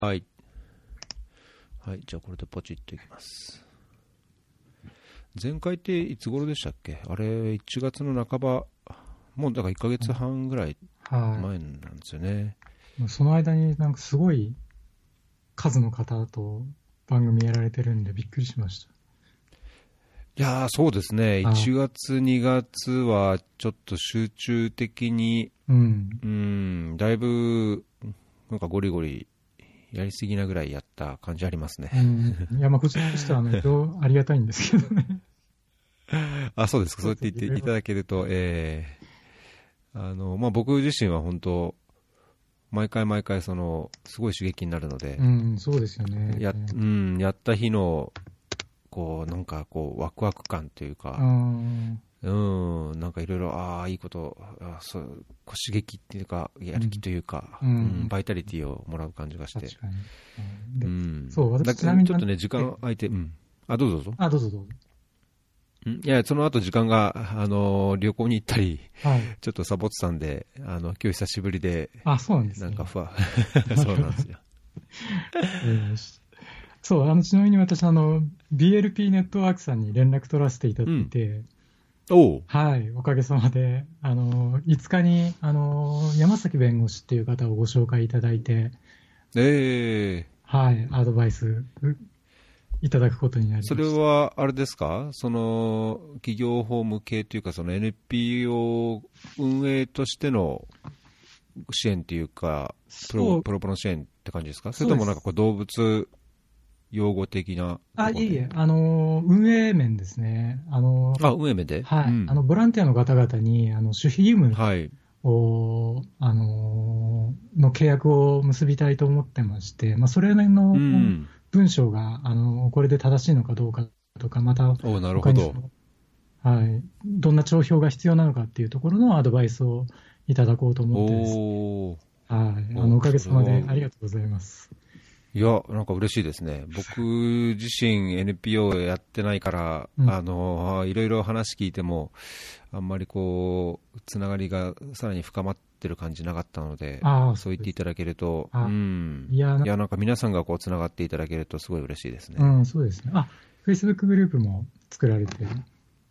はい。はい。じゃあこれでポチッといきます。前回っていつ頃でしたっけ？あれ、1月の半ば、もうだから1ヶ月半ぐらい前なんですよね。 はい、その間になんかすごい数の方と番組やられてるんでびっくりしました。 いやー、そうですね。1月、2月はちょっと集中的に、だいぶ、なんかゴリゴリやりすぎなぐらいやった感じありますね。 いや、まあ、こちらとしてはありがたいんですけどね。 あ、そうですか。そうやって言っていただけると、まあ、僕自身は本当、毎回毎回すごい刺激になるので、 そうですよね。 やった日の、なんかワクワク感というか、なんかいろいろ、いいこと、刺激っていうか、やる気というか、バイタリティをもらう感じがして。 確かに。そう、私ちなみにちょっとね、時間空いて、どうぞどうぞ。 どうぞどうぞ。 いや、その後時間が、旅行に行ったり、ちょっとサボってたんで、今日久しぶりで、 そうなんですね。 なんかそうなんですよ。 そう、ちなみに私、BLP ネットワークさんに連絡取らせていただいて、はい、おかげさまで、5日に、山崎弁護士っていう方をご紹介いただいて、はい、アドバイスいただくことになりました。 それは、あれですか、企業法務系というか、NPO 運営としての支援というか、プロの支援って感じですか？それともなんか動物用語的な。 いえいえ、運営面ですね。 運営面で？ はい。ボランティアの方々に、守秘義務を、の契約を結びたいと思ってまして、それの文章が、これで正しいのかどうかとか、また、 なるほど。 はい。どんな帳票が必要なのかっていうところのアドバイスをいただこうと思ってです。はい。おかげさまでありがとうございます。 いや、なんか嬉しいですね。僕自身 NPO やってないから、いろいろ話聞いても、あんまりつながりがさらに深まってる感じなかったので、そう言っていただけると、いや、なんか皆さんがつながっていただけるとすごい嬉しいですね。 そうですね。Facebook グループも作られて。 フ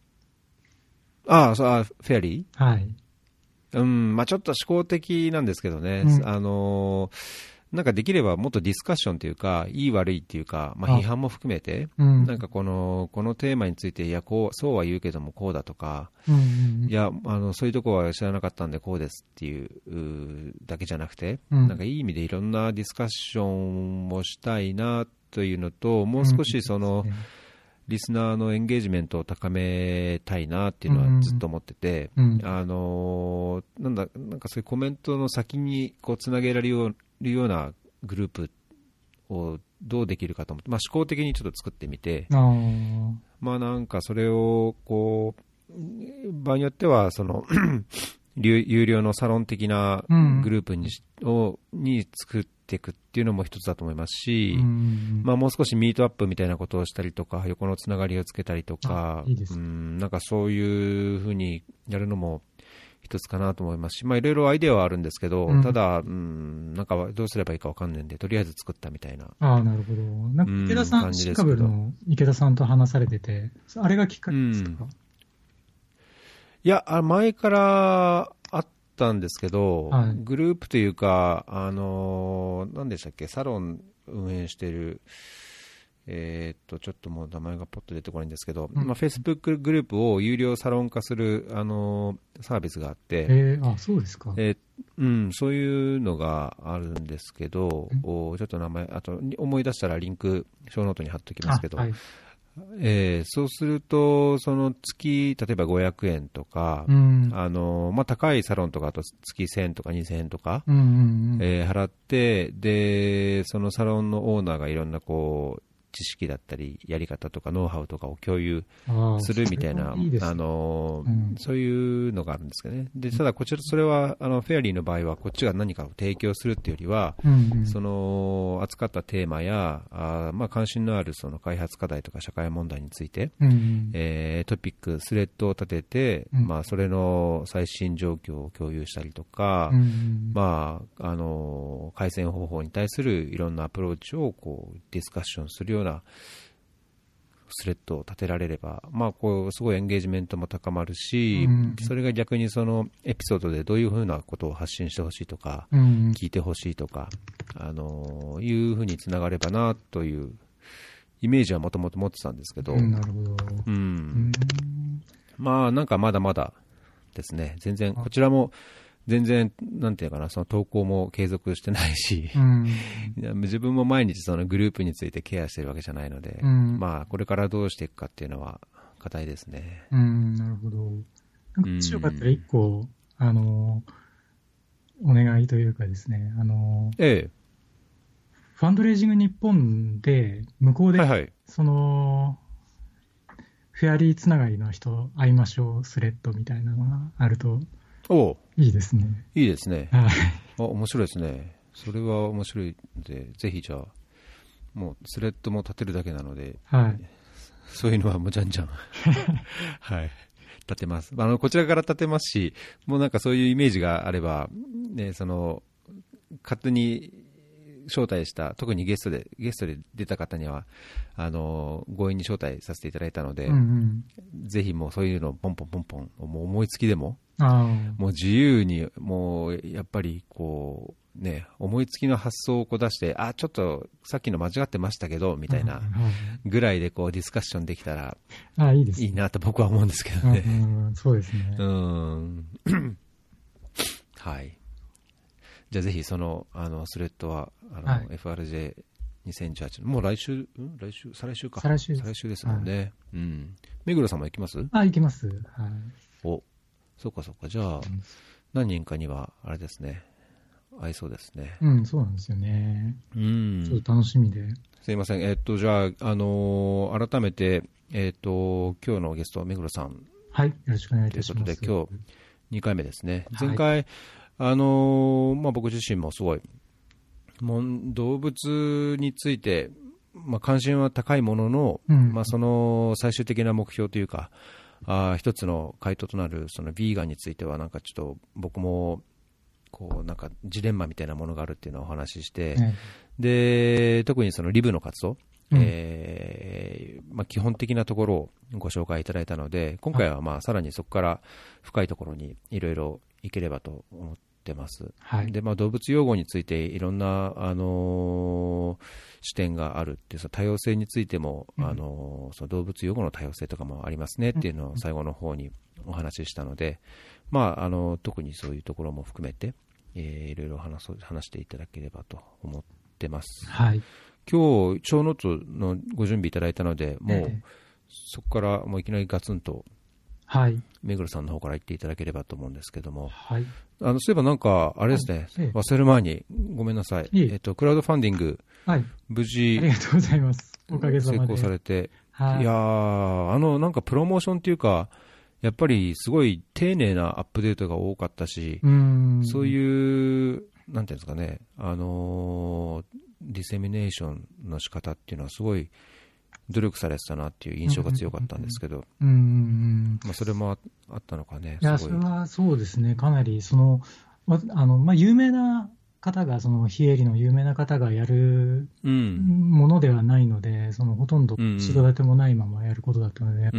ェアリー？はい。 ちょっと思考的なんですけどね。なんかできればもっとディスカッションというか、いい悪いっていうか、批判も含めて、なんかこのテーマについて、いや、そうは言うけどもこうだとか、いや、そういうとこは知らなかったんでこうですっていうだけじゃなくて、なんかいい意味でいろんなディスカッションをしたいなというのと、もう少しリスナーのエンゲージメントを高めたいなっていうのはずっと思ってて、なんかそういうコメントの先につなげられるようなグループをどうできるかと思って、思考的にちょっと作ってみて、なんかそれを場合によっては有料のサロン的なグループに作っていくっていうのも一つだと思いますし、もう少しミートアップみたいなことをしたりとか、横のつながりをつけたりとか、なんかそういうふうにやるのも一つかなと思いますし、いろいろアイデアはあるんですけど、ただ、なんかどうすればいいか分かんないんで、とりあえず作ったみたいな。 なるほど。なんか池田さん、シカブルの池田さんと話されてて、あれがきっかけですか？ いや、前からあったんですけど、グループというか、何でしたっけ、サロン運営している、ちょっともう名前がポッと出てこないんですけど、Facebook グループを有料サロン化する、サービスがあって、 そうですか。 そういうのがあるんですけど、ちょっと名前、あと思い出したらリンク、ショーノートに貼っときますけど、そうすると、月、例えば500円とか、高いサロンとかあと月1000円とか2000円とか、払って、で、そのサロンのオーナーがいろんな知識だったりやり方とかノウハウとかを共有するみたいな、そういうのがあるんですけどね。でただこちらそれはフェアリーの場合はこっちが何かを提供するっていうよりは、その扱ったテーマや関心のあるその開発課題とか社会問題について、トピックスレッドを立てて、それの最新状況を共有したりとか、改善方法に対するいろんなアプローチをこうディスカッションするようなスレッドを立てられれば、こうすごいエンゲージメントも高まるし、それが逆にそのエピソードでどういうふうなことを発信してほしいとか、聞いてほしいとか、いうふうにつながればなというイメージはもともと持ってたんですけど、 なるほど。 なんかまだまだですね、全然こちらも全然なんていうかな、その投稿も継続してないし、自分も毎日そのグループについてケアしてるわけじゃないので、これからどうしていくかっていうのは課題ですね。 なるほど。なんかもしよかったら一個、お願いというかですね、ファンドレイジング日本で向こうで、そのフェアリーつながりの人会いましょうスレッドみたいなのがあるといいですね。 いいですね。面白いですね。それは面白いので、ぜひじゃあもうスレッドも立てるだけなので、そういうのはもうじゃんじゃん立てます。こちらから立てますし、もうなんかそういうイメージがあればね、その勝手に招待した、特にゲストで出た方には強引に招待させていただいたので、ぜひもうそういうのをポンポンもう思いつきでももう自由に、もうやっぱりこうね、思いつきの発想をこう出して、ちょっとさっきの間違ってましたけどみたいなぐらいでこうディスカッションできたらいいなと僕は思うんですけどね。 そうですね。 はい。じゃあぜひそのスレッドはFRJ2018 もう再来週か。再来週ですもんね。目黒さんも行きます？ 行きます。 そうか。じゃあ何人かにはあれですね、合いそうですね。 そうなんですよね。ちょっと楽しみで。 すいません。じゃあ改めて今日のゲスト目黒さん、 よろしくお願いいたします。 ということで今日2回目ですね。前回僕自身もすごい動物について、関心は高いものの、その最終的な目標というか一つの回答となるそのビーガンについてはなんかちょっと僕もこうなんかジレンマみたいなものがあるっていうのをお話しして、で特にそのリブの活動、基本的なところをご紹介いただいたので、今回はさらにそこから深いところにいろいろいければと思ってます。で動物養護についていろんな、視点があるっていう、その多様性についても、その動物養護の多様性とかもありますねっていうのを最後の方にお話ししたので、特にそういうところも含めて、いろいろ話していただければと思ってます。今日小ノートのご準備いただいたので、もうそこからもういきなりガツンと目黒さんの方から言っていただければと思うんですけども、そういえばなんかあれですね、忘れる前にごめんなさい、クラウドファンディング、無事ありがとうございます。おかげさまで成功されて、いやなんかプロモーションっていうか、やっぱりすごい丁寧なアップデートが多かったし、そういうなんていうんですかね、ディセミネーションの仕方っていうのはすごい努力されてたなっていう印象が強かったんですけど、それもあったのかね。 それはそうですね。かなりその有名な方が、その非営利の有名な方がやるものではないので、そのほとんど一度立てもないままやることだったので、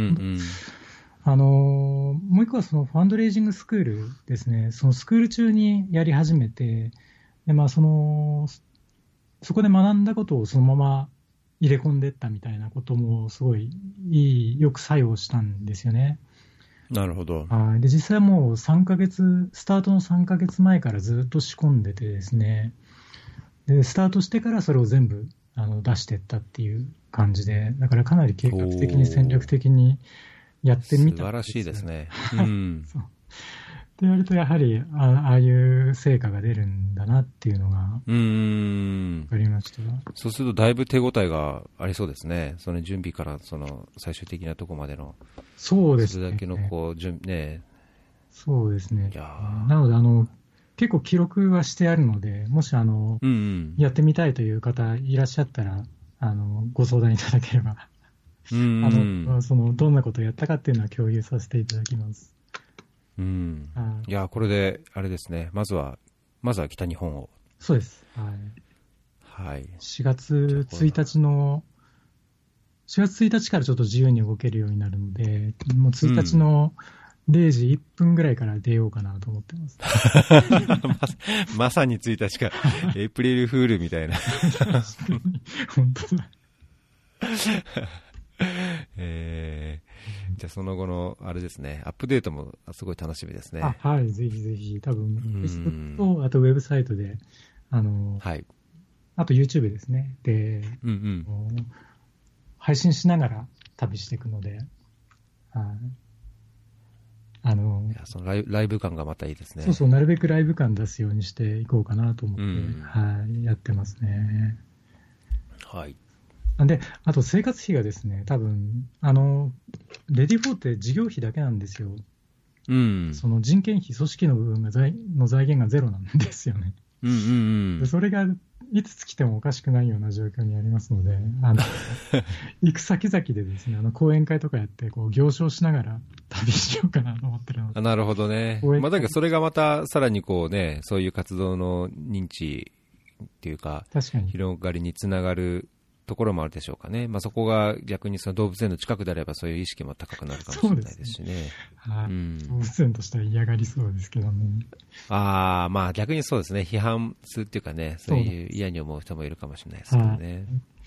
もう一個はそのファンドレイジングスクールですね。そのスクール中にやり始めて、でそこで学んだことをそのまま入れ込んでいったみたいなこともすごいよく作用したんですよね。 なるほど。 で実際もうスタートの3ヶ月前からずっと仕込んでてですね、でスタートしてからそれを全部出していったっていう感じで、だからかなり計画的に戦略的にやってみたんですよ。 素晴らしいですね。 ってやると、やはりああいう成果が出るんだなっていうのが分かりました。 そうするとだいぶ手応えがありそうですね。その準備からその最終的なところまでの。 そうですね。 それだけのこうね。 そうですね。なので結構記録はしてあるので、もしやってみたいという方いらっしゃったらご相談いただければそのどんなことをやったかっていうのは共有させていただきます。 いやこれであれですね。まずは北日本を。 そうです。 はい。 4月1日からちょっと自由に動けるようになるので、もう1日の0時1分ぐらいから出ようかなと思ってます。 まさに1日から、エイプリルフールみたいな。 本当だ。 じゃあその後のあれですね、アップデートもすごい楽しみですね。 はい、ぜひぜひ、多分、Facebook と、あとウェブサイトで、 はい。 あと YouTube ですね。で、配信しながら旅していくので、 いやそのライブ感がまたいいですね。 そうそう、なるべくライブ感出すようにしていこうかなと思って、やってますね。 はい。 で、あと生活費がですね、多分レディ4って事業費だけなんですよ。その人件費、組織の部分の財源がゼロなんですよね。でそれがいつ来てもおかしくないような状況にありますので、行く先々でですね、講演会とかやって、こう、行商しながら旅しようかなと思ってるので。 なるほどね。まあ、だからそれがまた、さらにこうね、そういう活動の認知っていうか、広がりにつながるところもあるでしょうかね。まあ、そこが逆にその動物園の近くであれば、そういう意識も高くなるかもしれないですしね。 動物園としては嫌がりそうですけどね。 まあ逆にそうですね。批判するっていうかね、そういう嫌に思う人もいるかもしれないですけどね。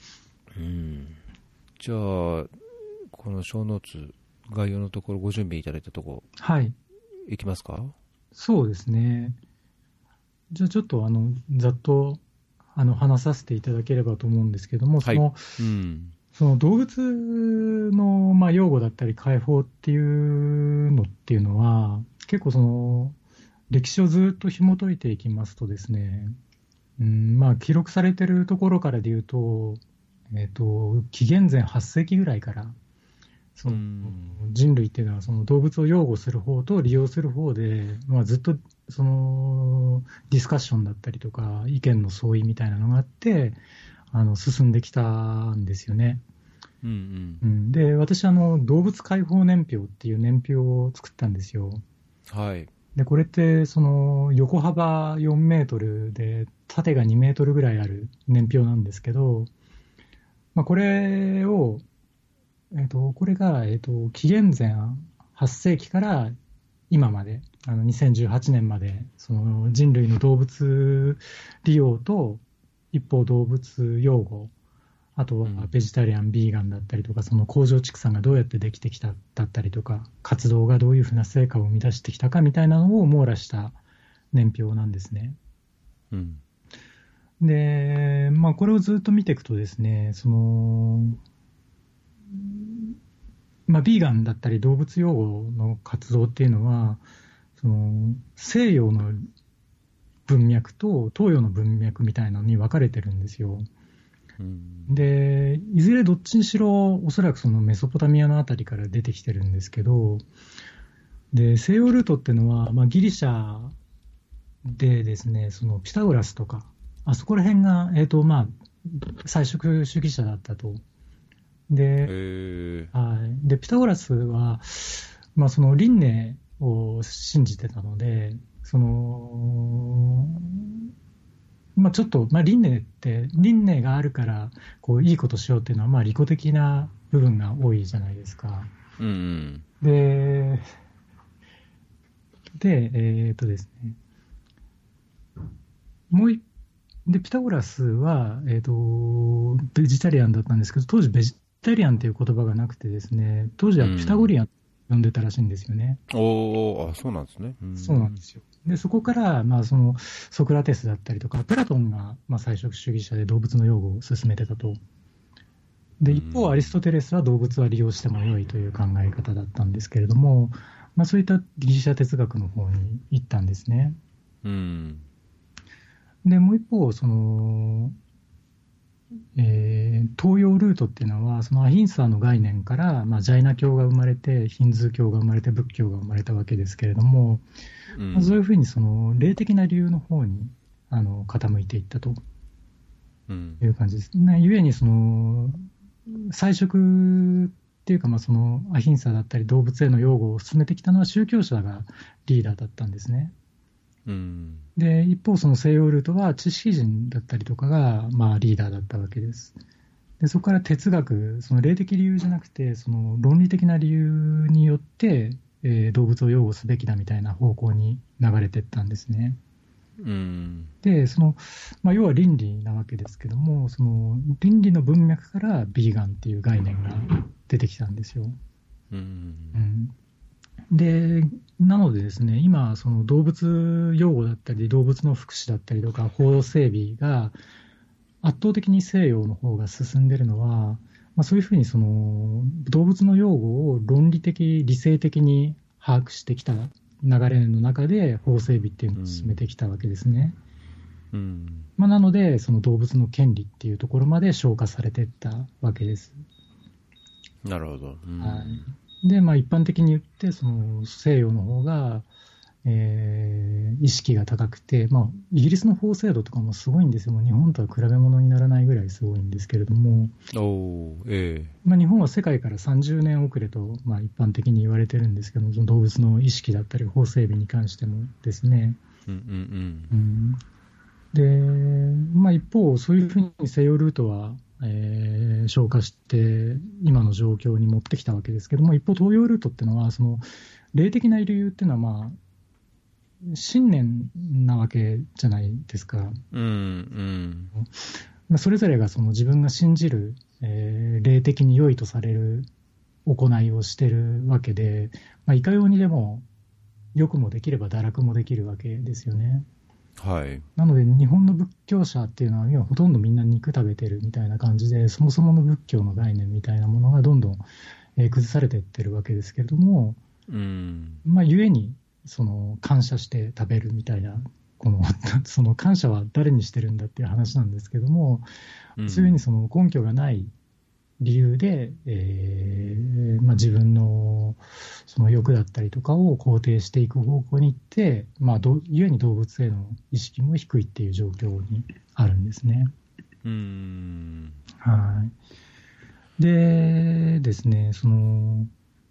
じゃあ、この小ノーツ、概要のところご準備いただいたところ、 はい。 いきますか？ そうですね。じゃあちょっとざっと話させていただければと思うんですけども、その動物の、養護だったり解放っていうのは、結構その歴史をずっと紐解いていきますとですね、記録されているところからでいうと、紀元前8世紀ぐらいからその人類っていうのはその動物を擁護する方と利用する方で、ずっとそのディスカッションだったりとか意見の相違みたいなのがあって進んできたんですよね。で、私動物解放年表っていう年表を作ったんですよ。 はい。 でこれってその横幅4メートルで縦が2メートルぐらいある年表なんですけど、これをこれが、紀元前8世紀から今まで、2018年まで、その人類の動物利用と、一方動物養護、あとはベジタリアン、ビーガンだったりとか、その工場畜産がどうやってできてきただったりとか、活動がどういうふうな成果を生み出してきたかみたいなのを網羅した年表なんですね。で、これをずっと見ていくとですね、その、ビーガンだったり動物養護の活動っていうのはその西洋の文脈と東洋の文脈みたいなのに分かれてるんですよ。でいずれどっちにしろおそらくそのメソポタミアのあたりから出てきてるんですけど、で西洋ルートっていうのは、ギリシャでですね、そのピタゴラスとかあそこら辺が、菜食主義者だったと。で、ピタゴラスは、その輪廻を信じてたので、その、ちょっと、輪廻があるからこういいことしようっていうのは、利己的な部分が多いじゃないですか。で、ですね、でピタゴラスは、ベジタリアンだったんですけど、当時ベジタリアンという言葉がなくてですね、当時はピタゴリアンと呼んでたらしいんですよね。 そうなんですね。 そうなんですよ。でそこから、そのソクラテスだったりとか、プラトンが、菜食主義者で動物の養護を進めてたと。で一方、アリストテレスは動物は利用しても良いという考え方だったんですけれども、 そういったギリシャ哲学の方に行ったんですね。 うん、 でもう一方東洋ルートっていうのは、そのアヒンサーの概念から、ジャイナ教が生まれて、ヒンズー教が生まれて、仏教が生まれたわけですけれども、そういうふうにその霊的な理由の方に傾いていったという感じです。ゆえにその菜食っていうか、そのアヒンサーだったり動物への擁護を進めてきたのは宗教者がリーダーだったんですね。で一方、その西洋ルートは知識人だったりとかが、リーダーだったわけです。でそこから哲学、その霊的理由じゃなくて、その論理的な理由によって、動物を擁護すべきだみたいな方向に流れていったんですね。でその要は倫理なわけですけども、その倫理の文脈からビーガンっていう概念が出てきたんですよ。でなのでですね、今その動物擁護だったり動物の福祉だったりとか法整備が圧倒的に西洋の方が進んでいるのは、そういうふうにその動物の擁護を論理的理性的に把握してきた流れの中で法整備っていうのを進めてきたわけですね。なのでその動物の権利っていうところまで昇華されていったわけです。 なるほど。 で一般的に言ってその西洋の方が、意識が高くて、イギリスの法制度とかもすごいんですよ。日本とは比べ物にならないぐらいすごいんですけれども、日本は世界から30年遅れと、一般的に言われてるんですけども、その動物の意識だったり法整備に関してもですね。で一方、そういうふうに西洋ルートは消化して今の状況に持ってきたわけですけども、一方東洋ルートっていうのはその霊的な理由っていうのは信念なわけじゃないですか。それぞれがその自分が信じる、霊的に良いとされる行いをしているわけで、いかようにでも良くもできれば堕落もできるわけですよね。なので日本の仏教者っていうのは今ほとんどみんな肉食べてるみたいな感じで、そもそもの仏教の概念みたいなものがどんどん、崩されていってるわけですけれども、ゆえにその感謝して食べるみたいなその感謝は誰にしてるんだっていう話なんですけども、そういうふうにその根拠がない理由で、自分のその欲だったりとかを肯定していく方向に行って、ゆえに動物への意識も低いっていう状況にあるんですね。でですね、その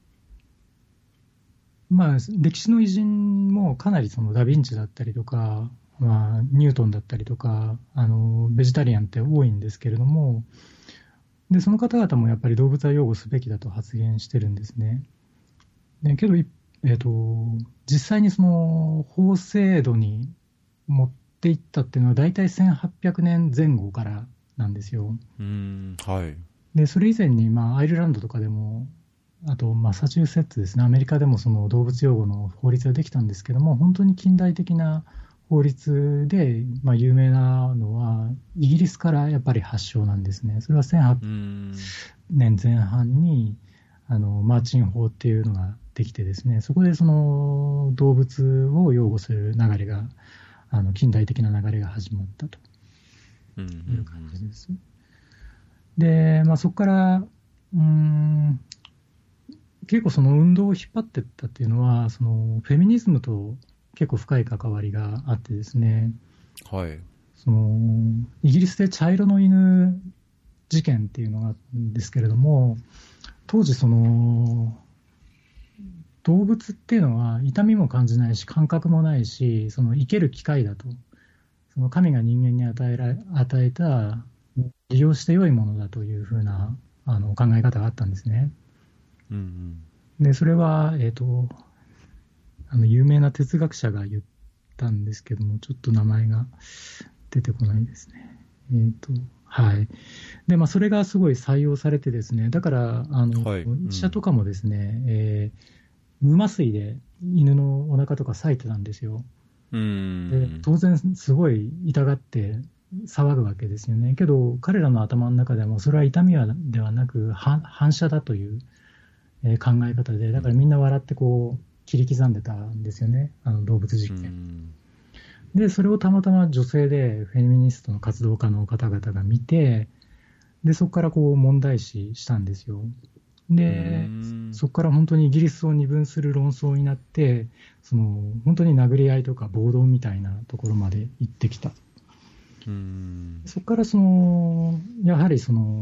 歴史の偉人もかなりそのダ・ヴィンチだったりとか、ニュートンだったりとかベジタリアンって多いんですけれども、でその方々もやっぱり動物は擁護すべきだと発言してるんですね。けど、実際にその法制度に持っていったっていうのは大体1800年前後からなんですよ。でそれ以前にアイルランドとかでも、あとマサチューセッツですね、アメリカでもその動物擁護の法律ができたんですけども、本当に近代的な法律で、有名なのはイギリスからやっぱり発祥なんですね。それは1800年前半にマーチン法っていうのができてですね、そこでその動物を擁護する流れが近代的な流れが始まったという感じです。で、そこから結構その運動を引っ張っていったっていうのは、そのフェミニズムと結構深い関わりがあってですね、そのイギリスで茶色の犬事件っていうのがあるんですけれども、当時その動物っていうのは痛みも感じないし感覚もないし、その生ける機械だと、その神が人間に与えた利用して良いものだというふうな考え方があったんですね。でそれは、有名な哲学者が言ったんですけども、ちょっと名前が出てこないですね。でそれがすごい採用されてですね、だから医者とかもですね、無麻酔で犬のお腹とか裂いてたんですよ。で当然すごい痛がって騒ぐわけですよね。けど彼らの頭の中でもそれは痛みではなく反射だという考え方で、だからみんな笑って切り刻んでたんですよね、動物実験。で、それをたまたま女性でフェミニストの活動家の方々が見て、で、そこからこう問題視したんですよ。で、そこから本当にイギリスを二分する論争になって、本当に殴り合いとか暴動みたいなところまで行ってきた。そこからやはり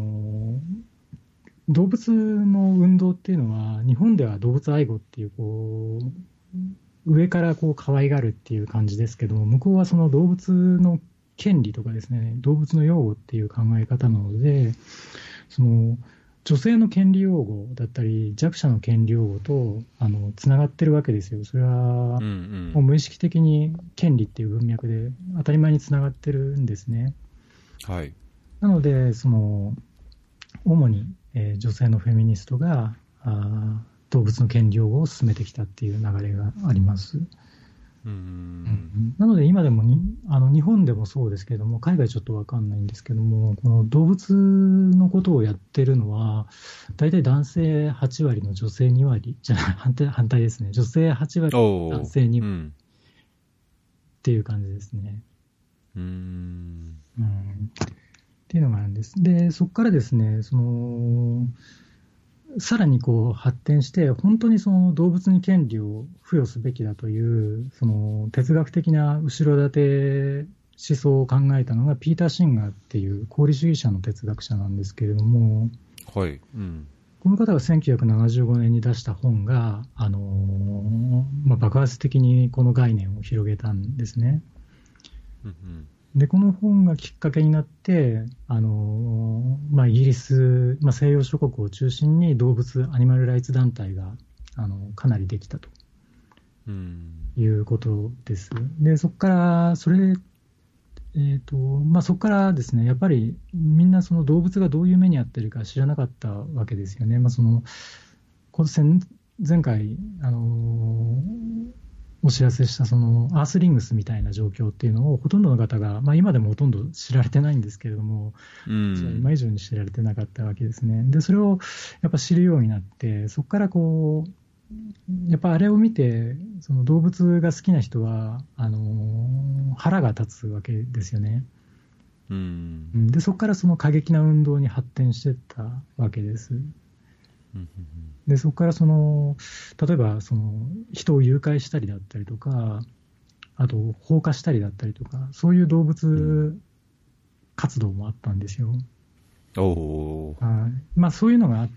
動物の運動っていうのは、日本では動物愛護っていう、上から可愛がるっていう感じですけど、向こうは動物の権利とかですね、動物の擁護っていう考え方なので、女性の権利擁護だったり、弱者の権利擁護とつながってるわけですよ。それはもう無意識的に権利っていう文脈で当たり前につながってるんですね。 はい。 なので、主に、女性のフェミニストが動物の権利擁護を進めてきたっていう流れがあります。なので今でも日本でもそうですけども、海外ちょっと分かんないんですけども、この動物のことをやってるのは大体男性8割の女性2割じゃない反対ですね、女性8割男性2割っていう感じですね。っていうのがあるんです。で、そこからですね、さらに発展して、本当に動物に権利を付与すべきだという哲学的な後ろ盾思想を考えたのがピーター・シンガーっていう功利主義者の哲学者なんですけれども、 はい。 この方が1975年に出した本が、爆発的にこの概念を広げたんですね。で、この本がきっかけになって、イギリス、西洋諸国を中心に動物アニマルライツ団体がかなりできたということです。で、そこからそこからですね、やっぱりみんな動物がどういう目に遭っているか知らなかったわけですよね。前回お知らせしたアースリングスみたいな状況っていうのをほとんどの方が、今でもほとんど知られてないんですけれども、今以上に知られてなかったわけですね。で、それをやっぱ知るようになって、そこからやっぱあれを見て、動物が好きな人は腹が立つわけですよね。で、そこから過激な運動に発展していったわけです。で、そこから例えば人を誘拐したりだったりとか、あと放火したりだったりとか、そういう動物活動もあったんですよ。そういうのがあって、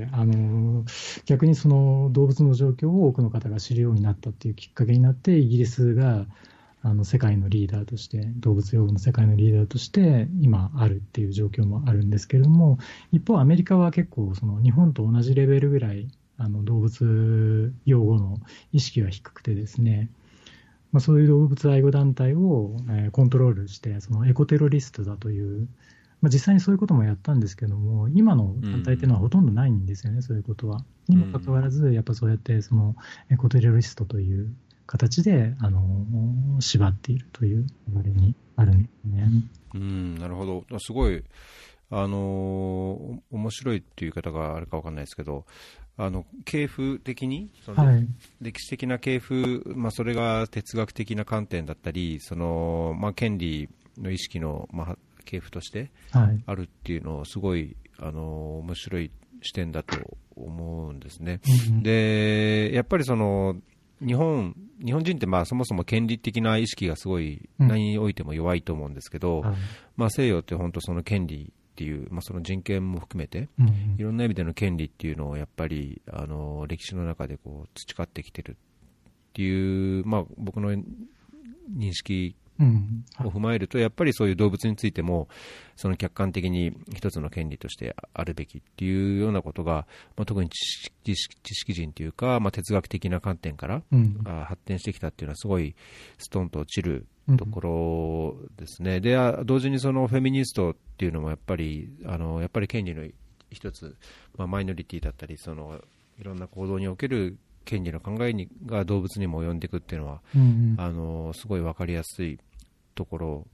逆に動物の状況を多くの方が知るようになったっていうきっかけになって、イギリスが世界のリーダーとして、動物擁護の世界のリーダーとして今あるっていう状況もあるんですけれども、一方アメリカは結構日本と同じレベルぐらい動物擁護の意識が低くてですね、そういう動物愛護団体をコントロールして、エコテロリストだという、実際にそういうこともやったんですけども、今の団体っていうのはほとんどないんですよね、そういうことは。にもかかわらず、やっぱそうやってエコテロリストという形で縛っているという流れにあるんですね。 なるほど。すごい面白いっていう言い方があるか分かんないですけど、系譜的に歴史的な系譜、それが哲学的な観点だったり、権利の意識の、系譜としてあるっていうのをすごい面白い視点だと思うんですね。で、やっぱり日本人ってそもそも権利的な意識がすごい何においても弱いと思うんですけど、西洋って本当その権利っていう、その人権も含めて、いろんな意味での権利っていうのをやっぱり歴史の中で培ってきてるっていう、僕の認識を踏まえると、やっぱりそういう動物についても客観的に一つの権利としてあるべきっていうようなことが、特に知識人というか、哲学的な観点から発展してきたっていうのはすごいストンと落ちるところですね。で、同時にフェミニストっていうのもやっぱり権利の一つ、マイノリティだったりいろんな行動における権利の考えが動物にも及んでいくっていうのは、すごい分かりやすいところ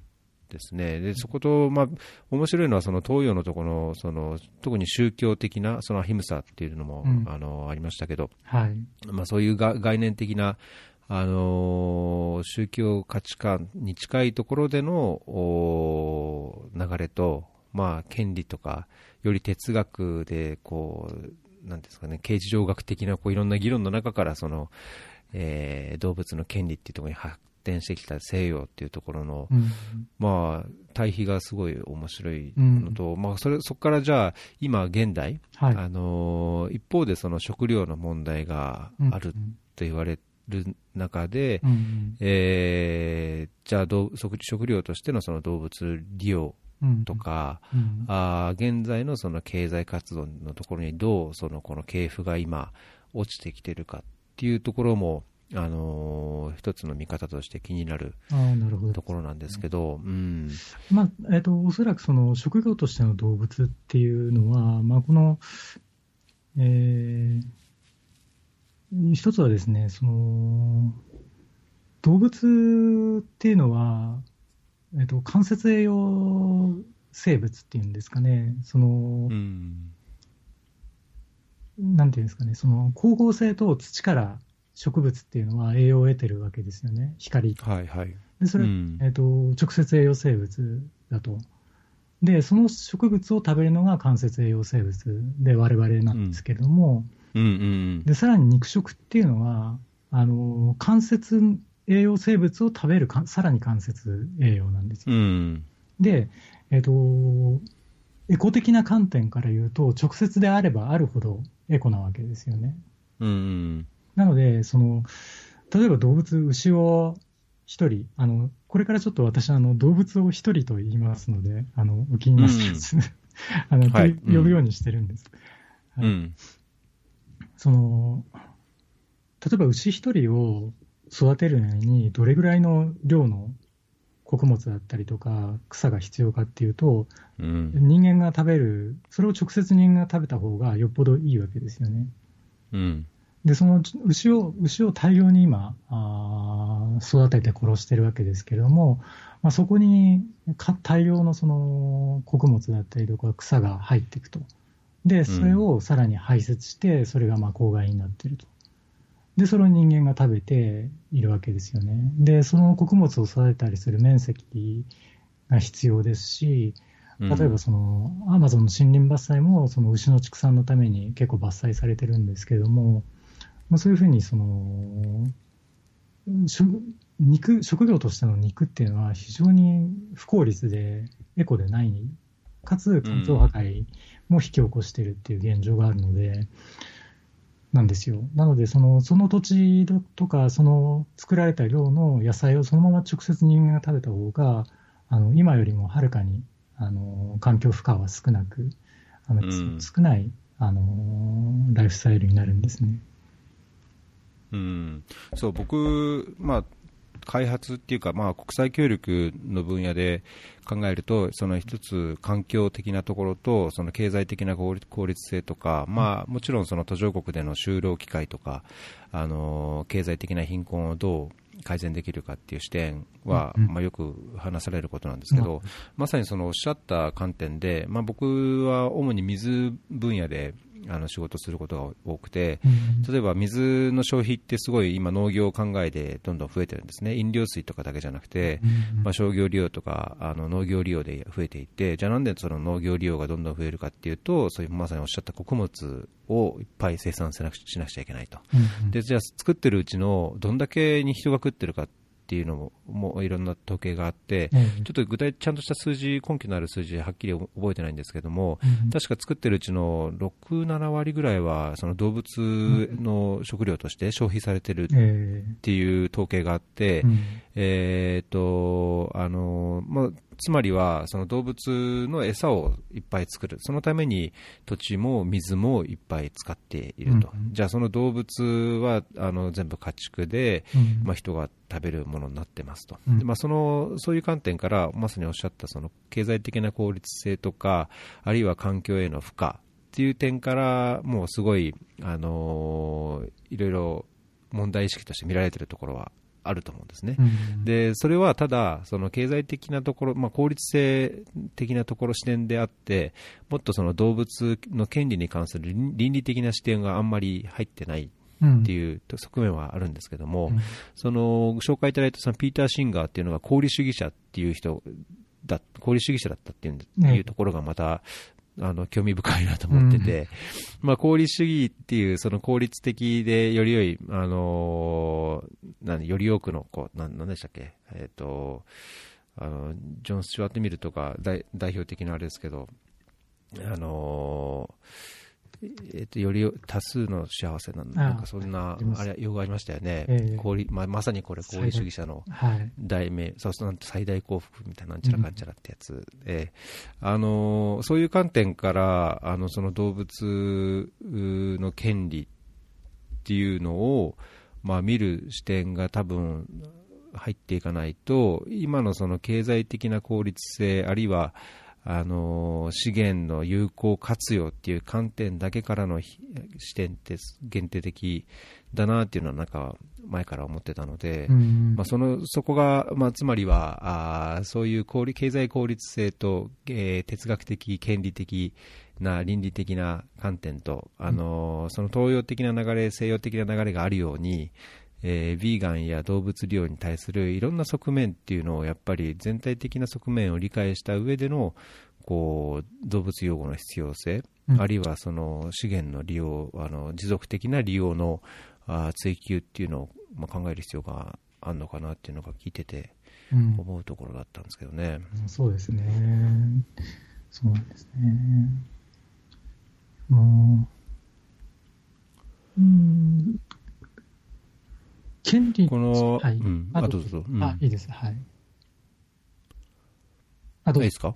ですね。でそこと、面白いのはその東洋のところの、特に宗教的なそのアヒムサっていうのも、ありましたけど、はい、そういう概念的な宗教価値観に近いところでの流れと、権利とかより哲学でなんですかね、形而上学的ないろんな議論の中から動物の権利っていうところに発展してきた西洋っていうところの、対比がすごい面白いのと、そこからじゃあ今現代、はい、一方でその食料の問題があると言われる中で、じゃあ食料としてのその動物利用とか、現在のその経済活動のところにどうこの系譜が今落ちてきているかっていうところも一つの見方として気になるところなんですけど、 おそらくその食料としての動物っていうのは、この、一つはですね、その動物っていうのは、間接栄養生物っていうんですかね、なんていうんですかね、その光合成と土から植物っていうのは栄養を得てるわけですよね、光。はいはい、でそれ、直接栄養生物だと。で、その植物を食べるのが間接栄養生物で我々なんですけれども、でさらに肉食っていうのは間接栄養生物を食べるさらに間接栄養なんですよ。で、エコ的な観点から言うと直接であればあるほどエコなわけですよね。なので例えば動物、牛を一人、これからちょっと私動物を一人と言いますのでお気になさらず、呼ぶようにしてるんです。例えば牛一人を育てるのにどれぐらいの量の穀物だったりとか草が必要かっていうと、人間が食べる、それを直接人間が食べた方がよっぽどいいわけですよね。でその牛を大量に今育てて殺してるわけですけれども、そこに大量のその穀物だったりとか草が入っていくと。でそれをさらに排泄してそれが公害になっていると。でそれを人間が食べているわけですよね。でその穀物を育てたりする面積が必要ですし、例えばアマゾンの森林伐採もその牛の畜産のために結構伐採されてるんですけれども、そういうふうに食料としての肉っていうのは非常に不効率でエコでない、かつ環境破壊も引き起こしているっていう現状があるのでなんですよ。なのでその土地とか作られた量の野菜をそのまま直接人間が食べた方が今よりもはるかに環境負荷は少なく少ないライフスタイルになるんですね。 そう僕、開発っていうか、国際協力の分野で考えると、その一つ環境的なところとその経済的な効率性とか、もちろんその途上国での就労機会とか経済的な貧困をどう改善できるかっていう視点は、よく話されることなんですけど、まさにそのおっしゃった観点で、僕は主に水分野で仕事することが多くて、例えば水の消費ってすごい今農業考えでどんどん増えてるんですね。飲料水とかだけじゃなくて、商業利用とか農業利用で増えていて、じゃあなんでその農業利用がどんどん増えるかっていうと、そういうまさにおっしゃった穀物をいっぱい生産しなくちゃいけないと。でじゃあ作ってるうちのどんだけに人が食ってるかっていうのもいろんな統計があって、ちょっとちゃんとした数字、根拠のある数字はっきり覚えてないんですけども、確か作ってるうちの6、7割ぐらいはその動物の食料として消費されてるっていう統計があって、つまりはその動物の餌をいっぱい作る、そのために土地も水もいっぱい使っていると。じゃあその動物は全部家畜で、人が食べるものになってますと。でそういう観点からまさにおっしゃったその経済的な効率性とか、あるいは環境への負荷っていう点からもうすごいいろいろ問題意識として見られているところはあると思うんですね。でそれはただその経済的なところ、効率性的なところ視点であって、もっとその動物の権利に関する倫理的な視点があんまり入ってないっていう側面はあるんですけども、その紹介いただいたそのピーター・シンガーっていうのが功利主義者っていう人功利主義者だったっていうところがまた興味深いなと思ってて、功利主義っていうその効率的でより良い、より多くの何でしたっけ、ジョン・スチュワート・ミルとか代表的なあれですけど、より多数の幸せなんかそんなあれ用語ありましたよね。まさにこれ功利主義者の題名、そうすると最大幸福みたいななんちゃらかんちゃらってやつ、そういう観点からその動物の権利っていうのを見る視点が多分入っていかないと、今のその経済的な効率性、あるいは資源の有効活用っていう観点だけからの視点って限定的だなっていうのはなんか前から思ってたので、そこが、つまりはそういう経済効率性と、哲学的権利的な倫理的な観点と、その東洋的な流れ、西洋的な流れがあるように、ヴィーガンや動物利用に対するいろんな側面っていうのをやっぱり全体的な側面を理解した上での動物養護の必要性、あるいはその資源の利用、持続的な利用の追求っていうのを考える必要があるのかなっていうのが聞いてて思うところだったんですけどね。 そうですね。そうなんですね。権利この、 はい、 どうぞ。 いいです。はい。 いいですか。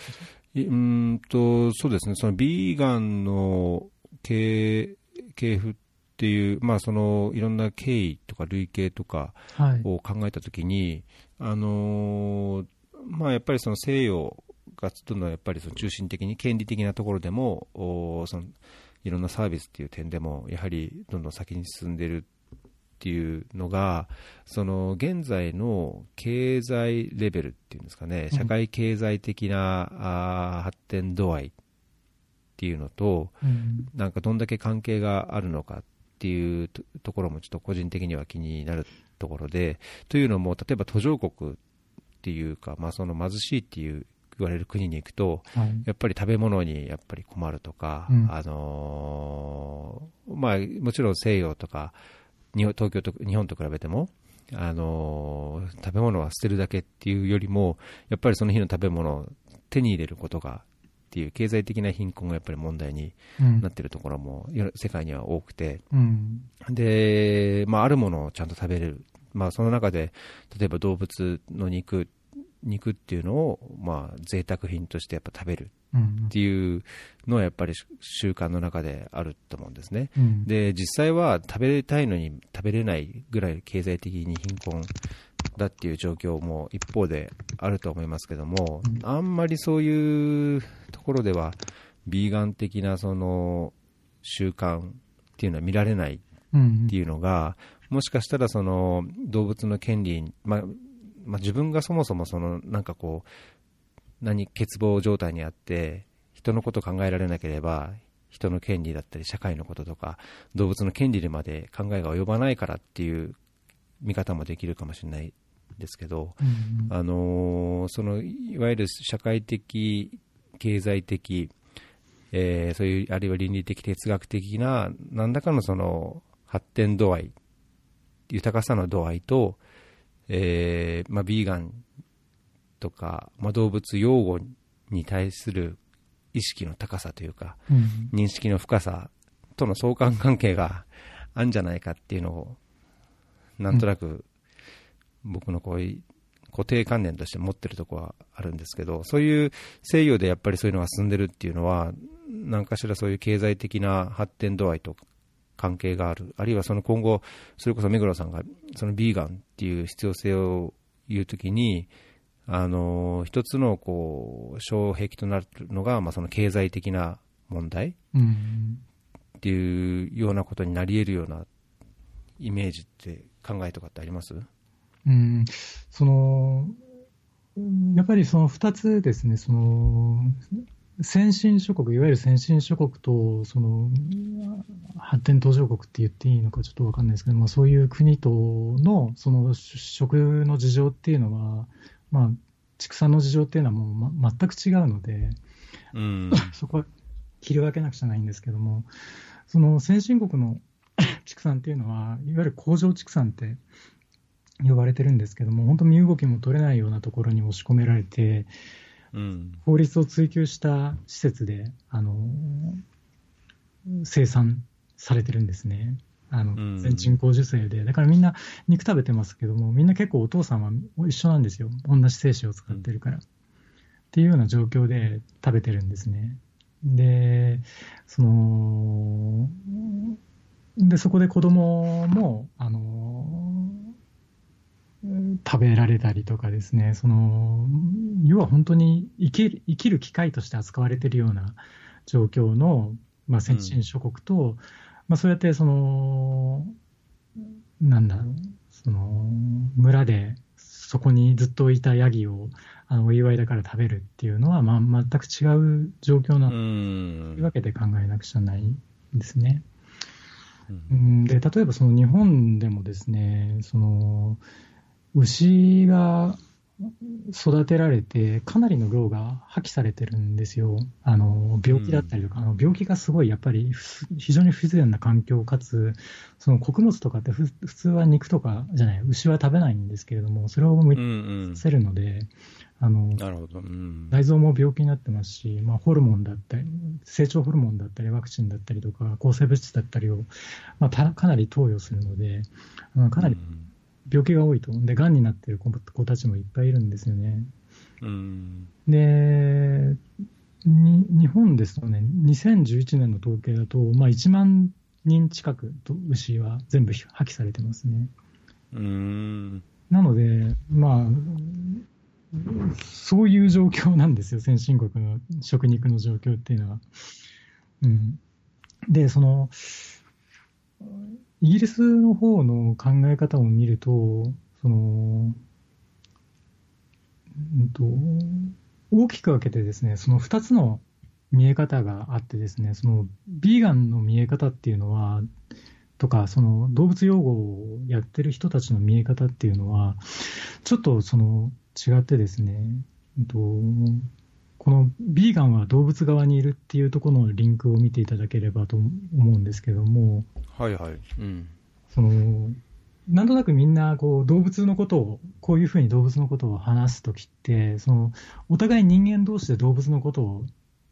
そうですね。そのビーガンの系譜っていう、そのいろんな経緯とか類型とかを考えたときに、やっぱりその西洋がどんどんやっぱりその中心的に権利的なところでも、そのいろんなサービスっていう点でもやはりどんどん先に進んでいるっていうのが、その現在の経済レベルっていうんですかね、社会経済的な発展度合いっていうのと、なんかどんだけ関係があるのかっていうところもちょっと個人的には気になるところで、というのも例えば途上国っていうか、その貧しいっていう言われる国に行くと、やっぱり食べ物にやっぱり困るとか、もちろん西洋とか東京と日本と比べても、食べ物は捨てるだけっていうよりも、やっぱりその日の食べ物を手に入れることがっていう経済的な貧困がやっぱり問題になっているところも世界には多くて、で、あるものをちゃんと食べれる、その中で例えば動物の肉っていうのを贅沢品としてやっぱ食べるっていうのはやっぱり習慣の中であると思うんですね。で、実際は食べたいのに食べれないぐらい経済的に貧困だっていう状況も一方であると思いますけども、あんまりそういうところではビーガン的なその習慣っていうのは見られないっていうのが、もしかしたらその動物の権利、自分がそもそもそのなんか欠乏状態にあって人のことを考えられなければ、人の権利だったり社会のこととか動物の権利にまで考えが及ばないからっていう見方もできるかもしれないですけど、そのいわゆる社会的経済的、そういうあるいは倫理的哲学的な何らかのその発展度合い、豊かさの度合いと、ビーガンとか、動物養護に対する意識の高さというか、認識の深さとの相関関係があるんじゃないかっていうのをなんとなく僕のこういう固定観念として持ってるところはあるんですけど、そういう西洋でやっぱりそういうのが進んでるっていうのは何かしらそういう経済的な発展度合いと関係がある、あるいはその今後それこそ目黒さんがそのビーガンっていう必要性を言うときに、一つの障壁となるのが、その経済的な問題っていうようなことになり得るようなイメージって考えとかってあります？ やっぱりその2つですね、先進諸国、いわゆる先進諸国と、発展途上国って言っていいのかちょっと分かんないですけど、そういう国との、食の事情っていうのは、畜産の事情っていうのはもう、全く違うので、そこは切り分けなくちゃないんですけども、その先進国の畜産っていうのは、いわゆる工場畜産って呼ばれてるんですけども、本当身動きも取れないようなところに押し込められて、法律を追求した施設で生産されてるんですね。全人工授精で。だからみんな肉食べてますけども、みんな結構お父さんは一緒なんですよ。同じ精子を使ってるから。っていうような状況で食べてるんですね。で、そこで子供も、食べられたりとかですね、要は本当に生きる機会として扱われているような状況の、先進諸国と、そうやって村でそこにずっといたヤギをお祝いだから食べるっていうのは、全く違う状況なというわけで考えなくちゃないんですね。で、例えば日本でもですね、牛が育てられて、かなりの量が破棄されてるんですよ。病気だったりとか、病気がすごいやっぱり非常に不自然な環境かつ、穀物とかって普通は肉とかじゃない、牛は食べないんですけれども、それを向いさせるので、なるほど、内臓も病気になってますし、ホルモンだったり、成長ホルモンだったり、ワクチンだったりとか、抗生物質だったりを、かなり投与するので、かなり病気が多いと。で、癌になっている子たちもいっぱいいるんですよね。で、日本ですとね、2011年の統計だと、1万人近く牛は全部破棄されてますね。なので、そういう状況なんですよ、先進国の食肉の状況っていうのは。で、イギリスの方の考え方を見ると、大きく分けてですね、2つの見え方があってですね、ビーガンの見え方っていうのは、とか、動物養護をやってる人たちの見え方っていうのは、ちょっと違ってですね、このビーガンは動物側にいるっていうところのリンクを見ていただければと思うんですけども、 はいはい。 なんとなくみんな動物のことを、こういうふうに動物のことを話すときって、お互い人間同士で動物のことを、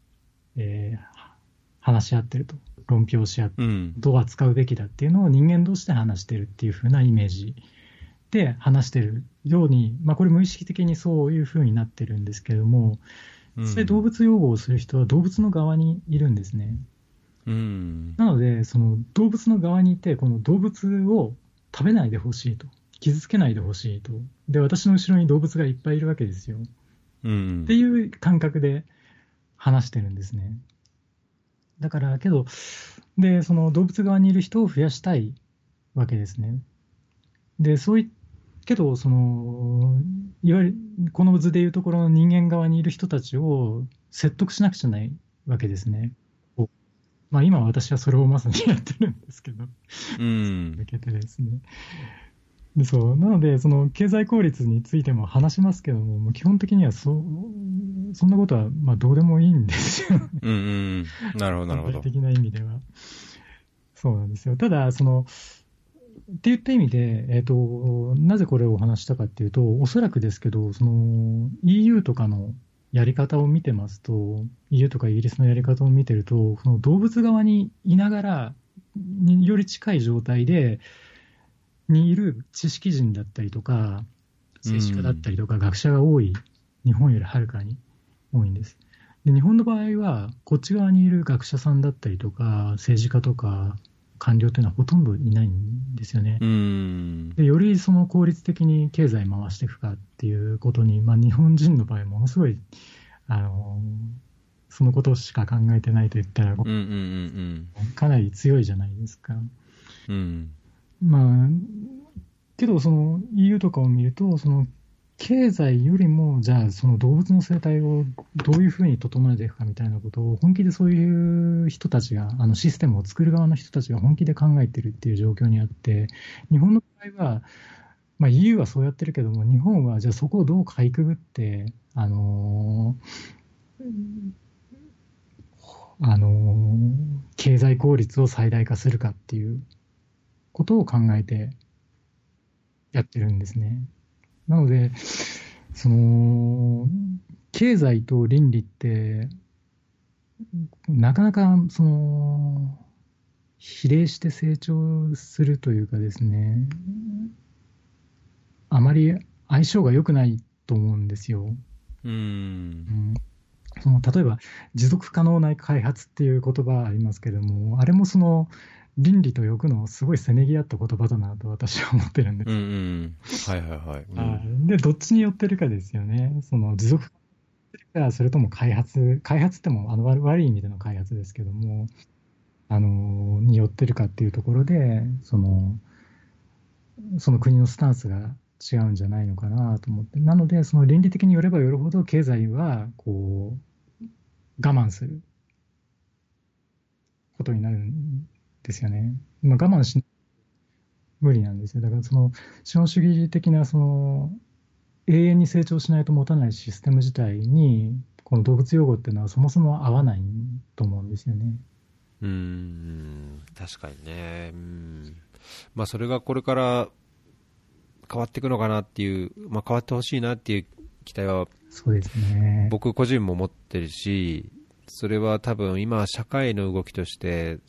話し合ってると、論評し合って、どう扱うべきだっていうのを人間同士で話してるっていうふうなイメージで話してるように、これ無意識的にそういうふうになってるんですけれども、実際動物養護をする人は動物の側にいるんですね。なので、動物の側にいて、この動物を食べないでほしいと、傷つけないでほしいと、で、私の後ろに動物がいっぱいいるわけですよ。っていう感覚で話してるんですね。だからけど、で、動物側にいる人を増やしたいわけですね。で、けど、いわゆるこの図でいうところの人間側にいる人たちを説得しなくちゃないわけですね。今私はそれをまさにやってるんですけど、向けてですね。で、なので、経済効率についても話しますけども、基本的にはそんなことはどうでもいいんですよね。 なるほど、なるほど。 具体的な意味では。そうなんですよ。ただ、って言った意味で、なぜこれをお話したかっていうと、おそらくですけど、EU とかのやり方を見てますと、EU とかイギリスのやり方を見てると、動物側にいながら、より近い状態にいる知識人だったりとか、政治家だったりとか、学者が多い、日本よりはるかに多いんです。で、日本の場合は、こっち側にいる学者さんだったりとか、政治家とか、官僚というのはほとんどいないんですよね。で、より効率的に経済回していくかっていうことに、日本人の場合ものすごい、そのことしか考えてないと言ったら、かなり強いじゃないですか。 けど、その EU とかを見ると、その経済よりも、じゃあ、その動物の生態をどういうふうに整えていくかみたいなことを、本気でそういう人たちが、システムを作る側の人たちが本気で考えてるっていう状況にあって、日本の場合は、まあ、EU はそうやってるけども、日本はじゃあそこをどうかいくぐって、経済効率を最大化するかっていうことを考えてやってるんですね。なので、その、経済と倫理って、なかなか、比例して成長するというかですね、あまり相性が良くないと思うんですよ。うん、例えば、持続可能な開発っていう言葉ありますけども、あれも倫理と欲のすごいせめぎ合った言葉だなと私は思ってるんです。 はいはいはい。 で、どっちに寄ってるかですよね。持続か、それとも開発っても悪い意味での開発ですけども、に寄ってるかっていうところで、その国のスタンスが違うんじゃないのかなと思って、なので、その倫理的によればよるほど、経済はこう我慢することになるんですよね。まあ、我慢し無理なんですよ。だから資本主義的な永遠に成長しないと持たないシステム自体に、この動物用語っていうのはそもそも合わないと思うんですよね。 確かにね。まあ、それがこれから変わっていくのかなっていう、まあ、変わってほしいなっていう期待は、 そうですね。 僕個人も持ってるし、それは多分今社会の動きとして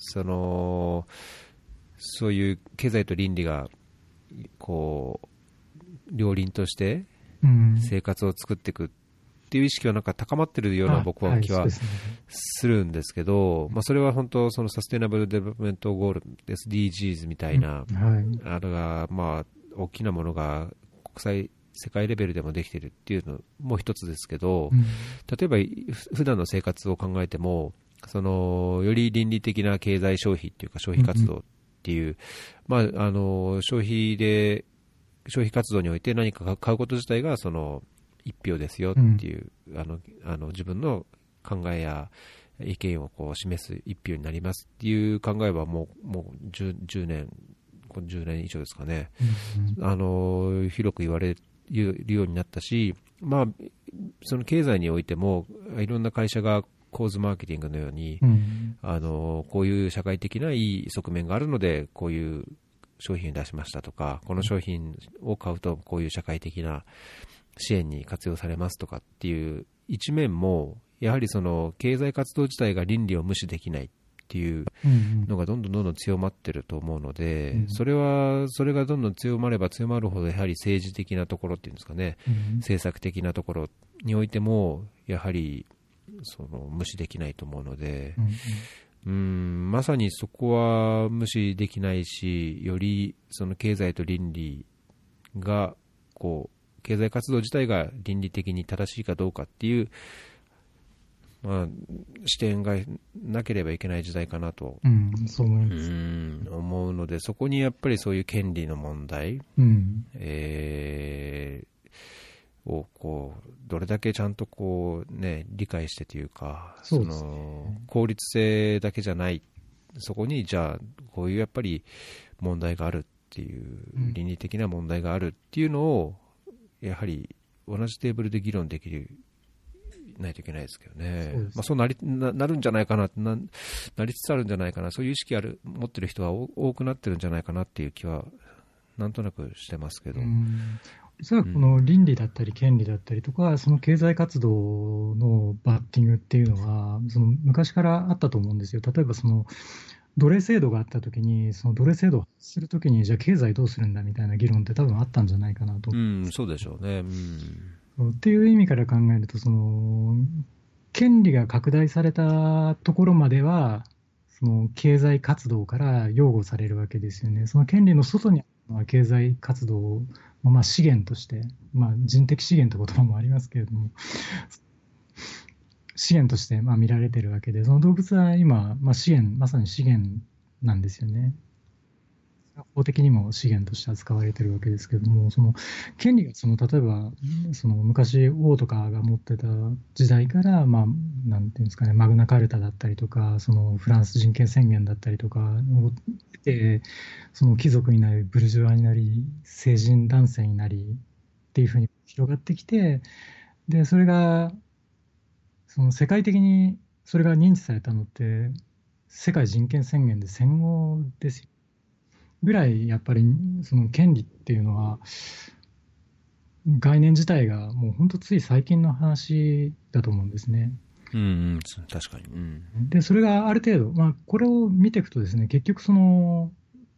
そういう経済と倫理がこう両輪として生活を作っていくっていう意識はなんか高まってるような僕は気はするんですけど、まあ、それは本当そのサステナブルデベロップメントゴール SDGs みたいな、あれがまあ大きなものが世界レベルでもできているっていうのも一つですけど、例えば普段の生活を考えてもより倫理的な経済消費っていうか消費活動っていう、まあ、消費活動において何か買うこと自体が一票ですよっていう、自分の考えや意見をこう示す一票になりますっていう考えはもう10年以上ですかね、広く言われるようになったし、まあ、その経済においてもいろんな会社が構図マーケティングのように、こういう社会的ないい側面があるのでこういう商品を出しましたとか、この商品を買うとこういう社会的な支援に活用されますとかっていう一面も、やはりその経済活動自体が倫理を無視できないっていうのがどんどん強まってると思うので、それがどんどん強まれば強まるほど、やはり政治的なところっていうんですかね、政策的なところにおいてもやはり無視できないと思うので、まさにそこは無視できないし、よりその経済と倫理が経済活動自体が倫理的に正しいかどうかっていう、まあ、視点がなければいけない時代かなと、 そう思います。 思うので、そこにやっぱりそういう権利の問題、をどれだけちゃんと理解してというか、効率性だけじゃない、そこにじゃあこういうやっぱり問題があるっていう、倫理的な問題があるっていうのをやはり同じテーブルで議論できるないといけないですけどね。まあ、そうなるんじゃないかな、なりつつあるんじゃないかな、そういう意識持ってる人は多くなってるんじゃないかなっていう気はなんとなくしてますけど。 実はこの倫理だったり権利だったりとか、その経済活動のバッティングっていうのは、昔からあったと思うんですよ。例えば奴隷制度があったときに、その奴隷制度をするときに、じゃあ経済どうするんだみたいな議論って多分あったんじゃないかなと。 そうでしょうね。 っていう意味から考えると、権利が拡大されたところまでは、経済活動から擁護されるわけですよね。その権利の外にあるのは経済活動の資源として、人的資源という言葉もありますけれども、資源として見られているわけで、その動物は今、まさに資源なんですよね。 法的にも資源として扱われているわけですけれども、その権利が例えばその昔、王とかが持ってた時代から、まあ、なんていうんですかね、マグナカルタだったりとか、そのフランス人権宣言だったりとかを得て、その貴族になり、ブルジョワになり、成人男性になりっていうふうに広がってきて、でそれがその世界的にそれが認知されたのって、世界人権宣言で戦後ですよぐらい、やっぱりその権利っていうのは、概念自体がもう本当つい最近の話だと思うんですね。 うんうん、確かに。うん、でそれがある程度、まあ、これを見ていくとですね、結局その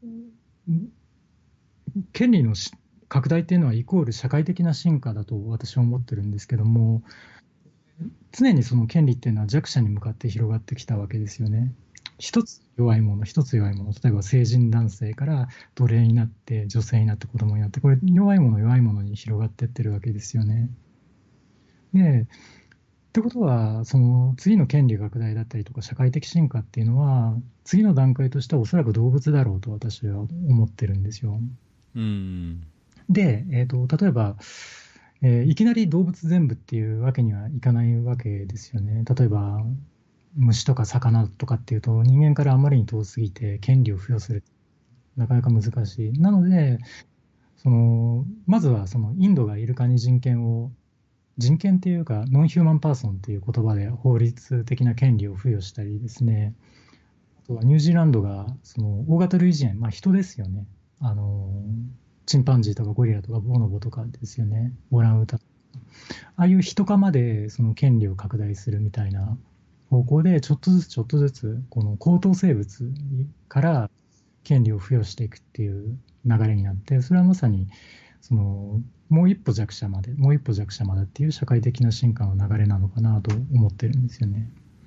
権利の拡大っていうのはイコール社会的な進化だと私は思ってるんですけども、常にその権利っていうのは弱者に向かって広がってきたわけですよね。一つ弱いもの、一つ弱いもの、例えば成人男性から奴隷になって、女性になって、子供になって、これ、弱いもの、弱いものに広がっていってるわけですよね。で、ってことは、その次の権利拡大だったりとか、社会的進化っていうのは、次の段階としてはおそらく動物だろうと私は思ってるんですよ。で、例えば、いきなり動物全部っていうわけにはいかないわけですよね。例えば、虫とか魚とかっていうと、人間からあまりに遠すぎて、権利を付与する、なかなか難しい。なので、まずはそのインドがイルカに人権っていうか、ノンヒューマンパーソンっていう言葉で法律的な権利を付与したりですね、あとはニュージーランドがその大型類人猿、まあ、人ですよね。チンパンジーとかゴリラとかボノボとかですよね、オランウータン。ああいう人化までその権利を拡大するみたいな方向で、ちょっとずつちょっとずつ、この高等生物から権利を付与していくっていう流れになって、それはまさにそのもう一歩弱者まで、もう一歩弱者までっていう社会的な進化の流れなのかなと思ってるんですよね。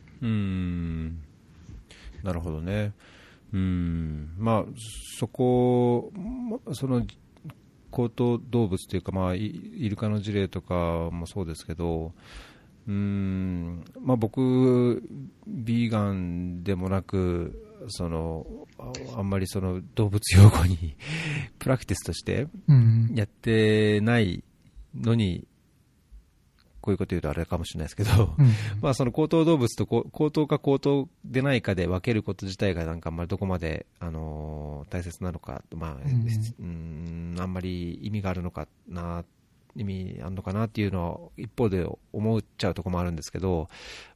なるほどね。まあ、そこ、その高等動物というか、まあ、イルカの事例とかもそうですけど、まあ、僕、ビーガンでもなく、あんまりその動物用語にプラクティスとしてやってないのに、こういうこと言うとあれかもしれないですけど、まあその高等動物と高等か高等でないかで分けること自体がなんかあんまりどこまで、大切なのか、まああんまり意味があるのかな、意味あるのかなっていうのは一方で思っちゃうところもあるんですけど、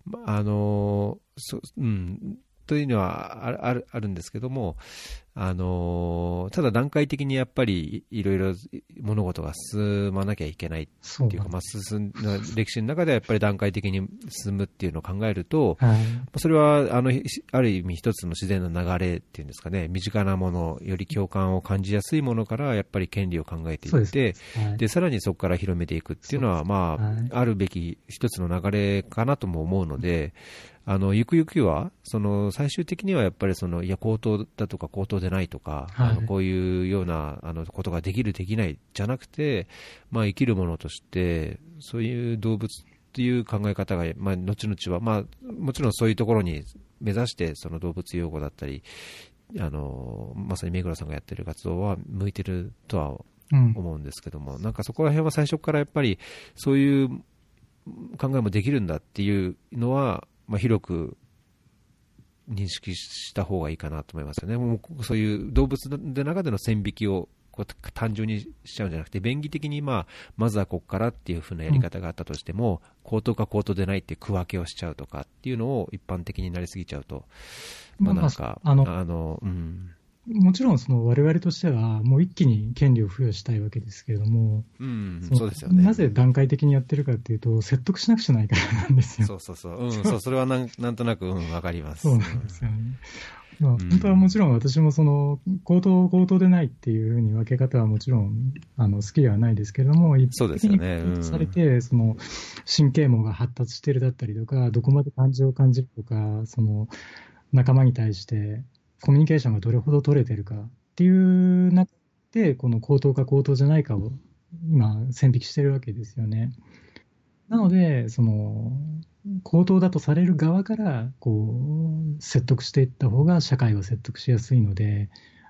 というのはあるんですけども、ただ段階的にやっぱりいろいろ物事が進まなきゃいけないっていうか、まあ、歴史の中ではやっぱり段階的に進むっていうのを考えると、それはある意味一つの自然の流れっていうんですかね、身近なもの、より共感を感じやすいものからやっぱり権利を考えていって、でさらにそこから広めていくっていうのは、まあ、あるべき一つの流れかなとも思うので、ゆくゆくは最終的にはやっぱりいや高等だとか高等でないとか、こういうようなことができるできないじゃなくて、まあ、生きるものとしてそういう動物という考え方が、まあ、後々は、まあ、もちろんそういうところに目指してその動物養護だったりまさに目黒さんがやってる活動は向いてるとは思うんですけども、なんかそこら辺は最初からやっぱりそういう考えもできるんだっていうのは、まあ、広く認識した方がいいかなと思いますよね。もうそういう動物の中での線引きを単純にしちゃうんじゃなくて、便宜的に、まずはここからっていう風なやり方があったとしても、高等か高等でないっていう区分けをしちゃうとかっていうのを一般的になりすぎちゃうと、まあ、なんか、 もちろん我々としてはもう一気に権利を付与したいわけですけれども、 そうですよね。 なぜ段階的にやってるかというと、説得しなくちゃないからなんですよ。 それはなんとなくわかります。 そうなんですよね。まあ、本当はもちろん私も高等でないっていうふうに分け方はもちろん好きではないですけれども、一般的にされて、神経網が発達しているだったりとか、どこまで感情を感じるとか、仲間に対してコミュニケーションがどれほど取れてるかっていう中で、この高等か高等じゃないかを今線引きしてるわけですよね。なので、高等だとされる側から説得していった方が社会を説得しやすいので、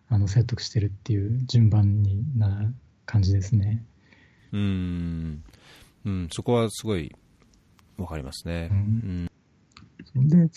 説得してるっていう順番な感じですね。 そこはすごいわかりますね。 で、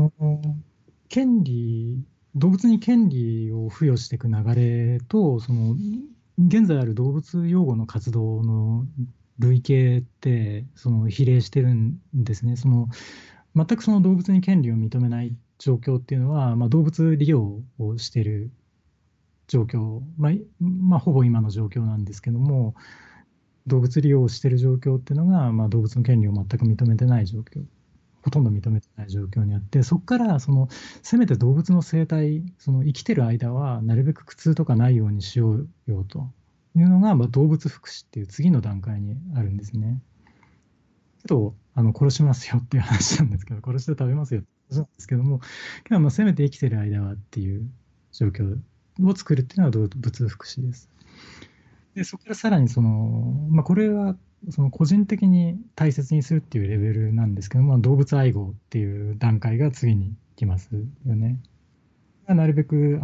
動物に権利を付与していく流れと、現在ある動物擁護の活動の類型って比例してるんですね。全く動物に権利を認めない状況っていうのは、動物利用をしている状況、ほぼ今の状況なんですけども、動物利用をしている状況っていうのが、動物の権利を全く認めてない状況、ほとんど認めてない状況にあって、そこからせめて動物の生態、生きてる間はなるべく苦痛とかないようにしようよというのが、動物福祉っていう次の段階にあるんですね。殺しますよっていう話なんですけど、殺して食べますよって話なんですけども、せめて生きてる間はっていう状況を作るっていうのは動物福祉です。でそこからさらにこれは個人的に大切にするっていうレベルなんですけども、動物愛護っていう段階が次に来ますよね。なるべく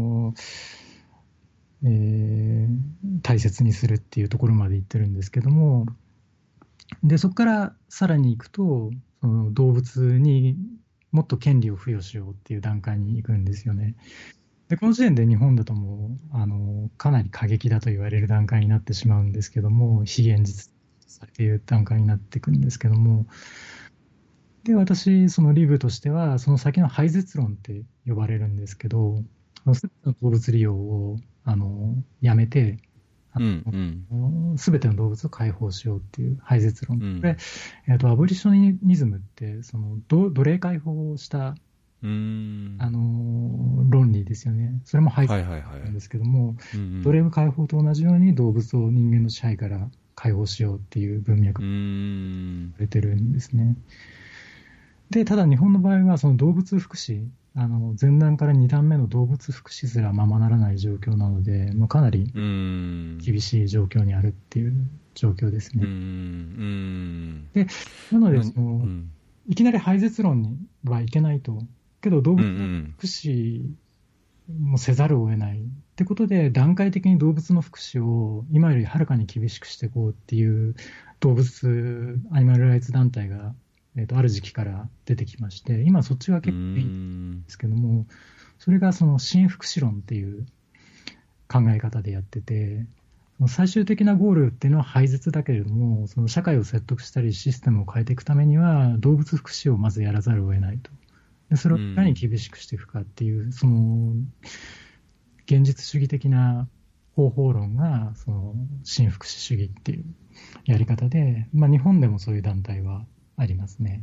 大切にするっていうところまでいってるんですけども、でそこからさらにいくと動物にもっと権利を付与しようっていう段階に行くんですよね。でこの時点で日本だともうかなり過激だと言われる段階になってしまうんですけども、非現実っていう段階になっていくんですけども、で私リブとしてはその先の廃絶論って呼ばれるんですけど、全ての動物利用をやめてすべての動物を解放しようっていう廃絶論、でアボリショニズムって奴隷解放をした論理ですよね。それも廃絶なんですけども、奴隷解放と同じように動物を人間の支配から解放しようっていう文脈が言われてるんですね。でただ日本の場合は動物福祉、前段から2段目の動物福祉すらままならない状況なので、かなり厳しい状況にあるっていう状況ですね。でなのでいきなり廃絶論にはいけないと、けど動物福祉もせざるを得ないってことで、段階的に動物の福祉を今よりはるかに厳しくしていこうっていう動物アニマルライツ団体がある時期から出てきまして、今そっちが結構いいんですけども、それが新福祉論っていう考え方でやってて、最終的なゴールっていうのは廃絶だけれども、社会を説得したりシステムを変えていくためには動物福祉をまずやらざるを得ないと。でそれをいかに厳しくしていくかっていう、現実主義的な方法論が新福祉主義っていうやり方で、日本でもそういう団体はありますね。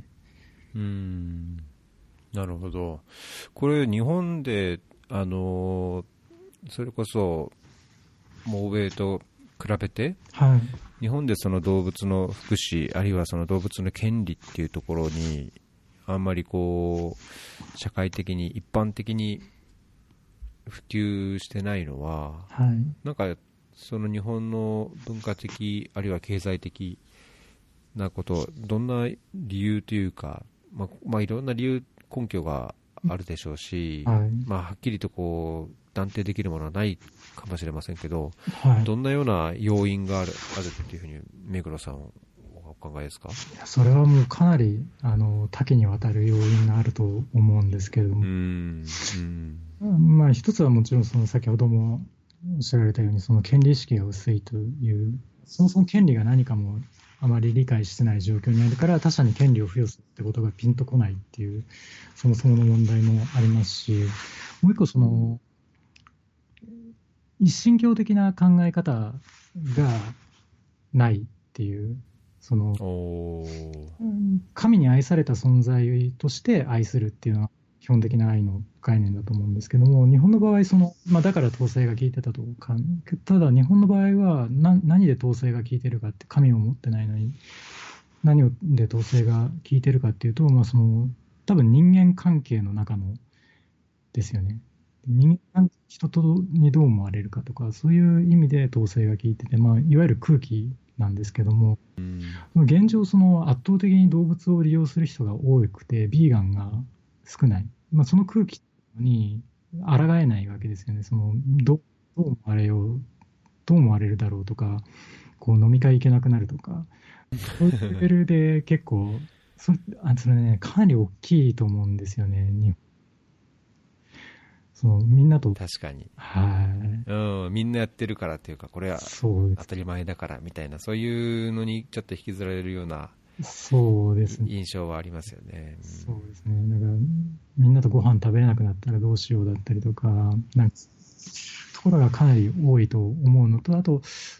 なるほど。これ日本でそれこそ欧米と比べて、日本で動物の福祉あるいは動物の権利っていうところにあんまり社会的に一般的に普及してないのは、なんか日本の文化的あるいは経済的なこと、どんな理由というか、いろんな理由根拠があるでしょうし、はっきりと断定できるものはないかもしれませんけど、どんなような要因があるっていうふうに目黒さんお考えですか？ それはもうかなり多岐にわたる要因があると思うんですけれども、一つはもちろん先ほどもおっしゃられたように権利意識が薄いという、そもそも権利が何かもあまり理解してない状況にあるから他者に権利を付与するってことがピンとこないっていうそもそもの問題もありますし、もう一個一神教的な考え方がないっていう神に愛された存在として愛するっていうのは基本的な愛の概念だと思うんですけども、日本の場合だから統制が効いてたとか、ただ日本の場合は何で統制が効いてるかって、神を持ってないのに何で統制が効いてるかっていうと、多分人間関係の中のですよね。人にどう思われるかとか、そういう意味で統制が効いてて、いわゆる空気なんですけども、現状圧倒的に動物を利用する人が多くてビーガンが少ない、その空気に抗えないわけですよね。どう思われるだろうとか、こう飲み会行けなくなるとか、そういうレベルで結構、それね、かなり大きいと思うんですよね。みんなと。 確かに。 はい。 うん、みんなやってるからっていうか、これは当たり前だからみたいな、そういうのにちょっと引きずられるような、 そうですね。 印象はありますよね。 そうですね。だから、みんなとご飯食べれなくなったらどうしようだったりとか、なんか、ところがかなり多いと思うのと、あと、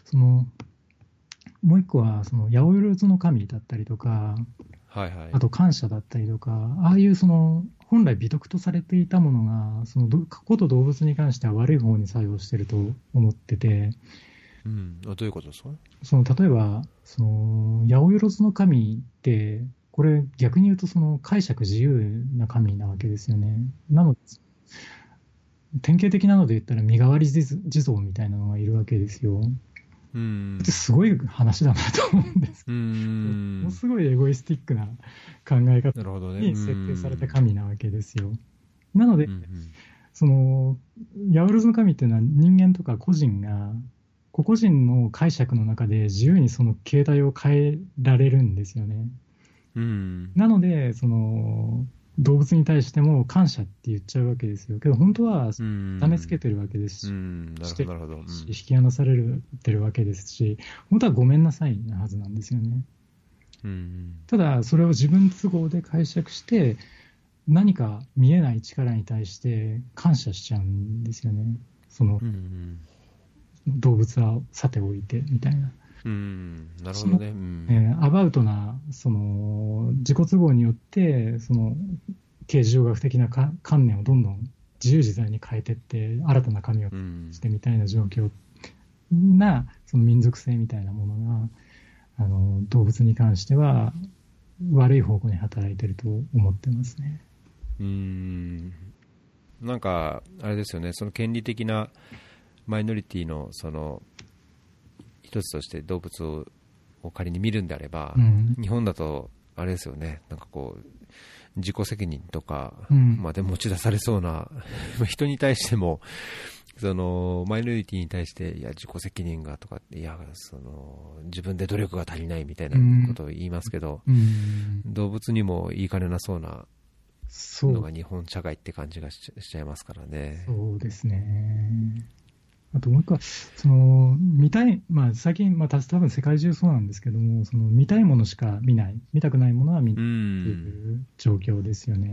もう一個は、八百万の神だったりとか、 はいはい、 あと感謝だったりとか、ああいう本来美徳とされていたものが、こと動物に関しては悪い方に作用していると思ってて、 うん、どういうことですか？ 例えば、八百万の神って、これ逆に言うと解釈自由な神なわけですよね。なので、典型的なので言ったら身代わり地蔵みたいなのがいるわけですよ。すごい話だなと思うんですけど、ものすごいエゴイスティックな考え方に設定された神なわけですよ。なので、八百万の神っていうのは人間とか個人が個々人の解釈の中で自由にその形態を変えられるんですよね。なので動物に対しても感謝って言っちゃうわけですよ。けど本当は痛めつけてるわけですし、引き離されてるわけですし、本当はごめんなさいなはずなんですよね。ただそれを自分都合で解釈して何か見えない力に対して感謝しちゃうんですよね。動物はさておいてみたいな。 なるほどね。 アバウトな自己都合によって形而上学的な観念をどんどん自由自在に変えていって新たな神をしてみたいな状況な民族性みたいなものが動物に関しては悪い方向に働いていると思ってますね。 なんかあれですよね、その権利的なマイノリティの一つとして動物を仮に見るんであれば、日本だとあれですよね、なんかこう自己責任とかまで持ち出されそうな人に対してもマイノリティに対していや自己責任がとかいや自分で努力が足りないみたいなことを言いますけど、動物にも言いかねなそうなのが日本社会って感じが しちゃいますからね。 そうですね。あともう一個は見たい、最近、多分世界中そうなんですけども、見たいものしか見ない、見たくないものは見ないという状況ですよね。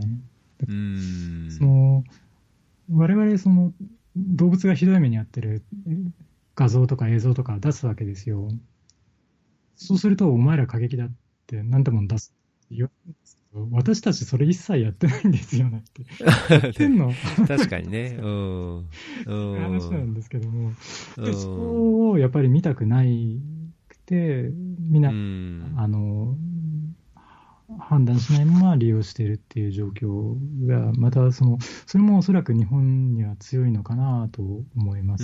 我々動物がひどい目に遭ってる画像とか映像とか出すわけですよ。そうするとお前ら過激だって何でも出すって言われるんですけど、私たちそれ一切やってないんですよねってやってんの確かにね、 そういう話なんですけども、でそこをやっぱり見たくないくてみんな判断しないまま利用しているっていう状況がまたそれもおそらく日本には強いのかなと思います。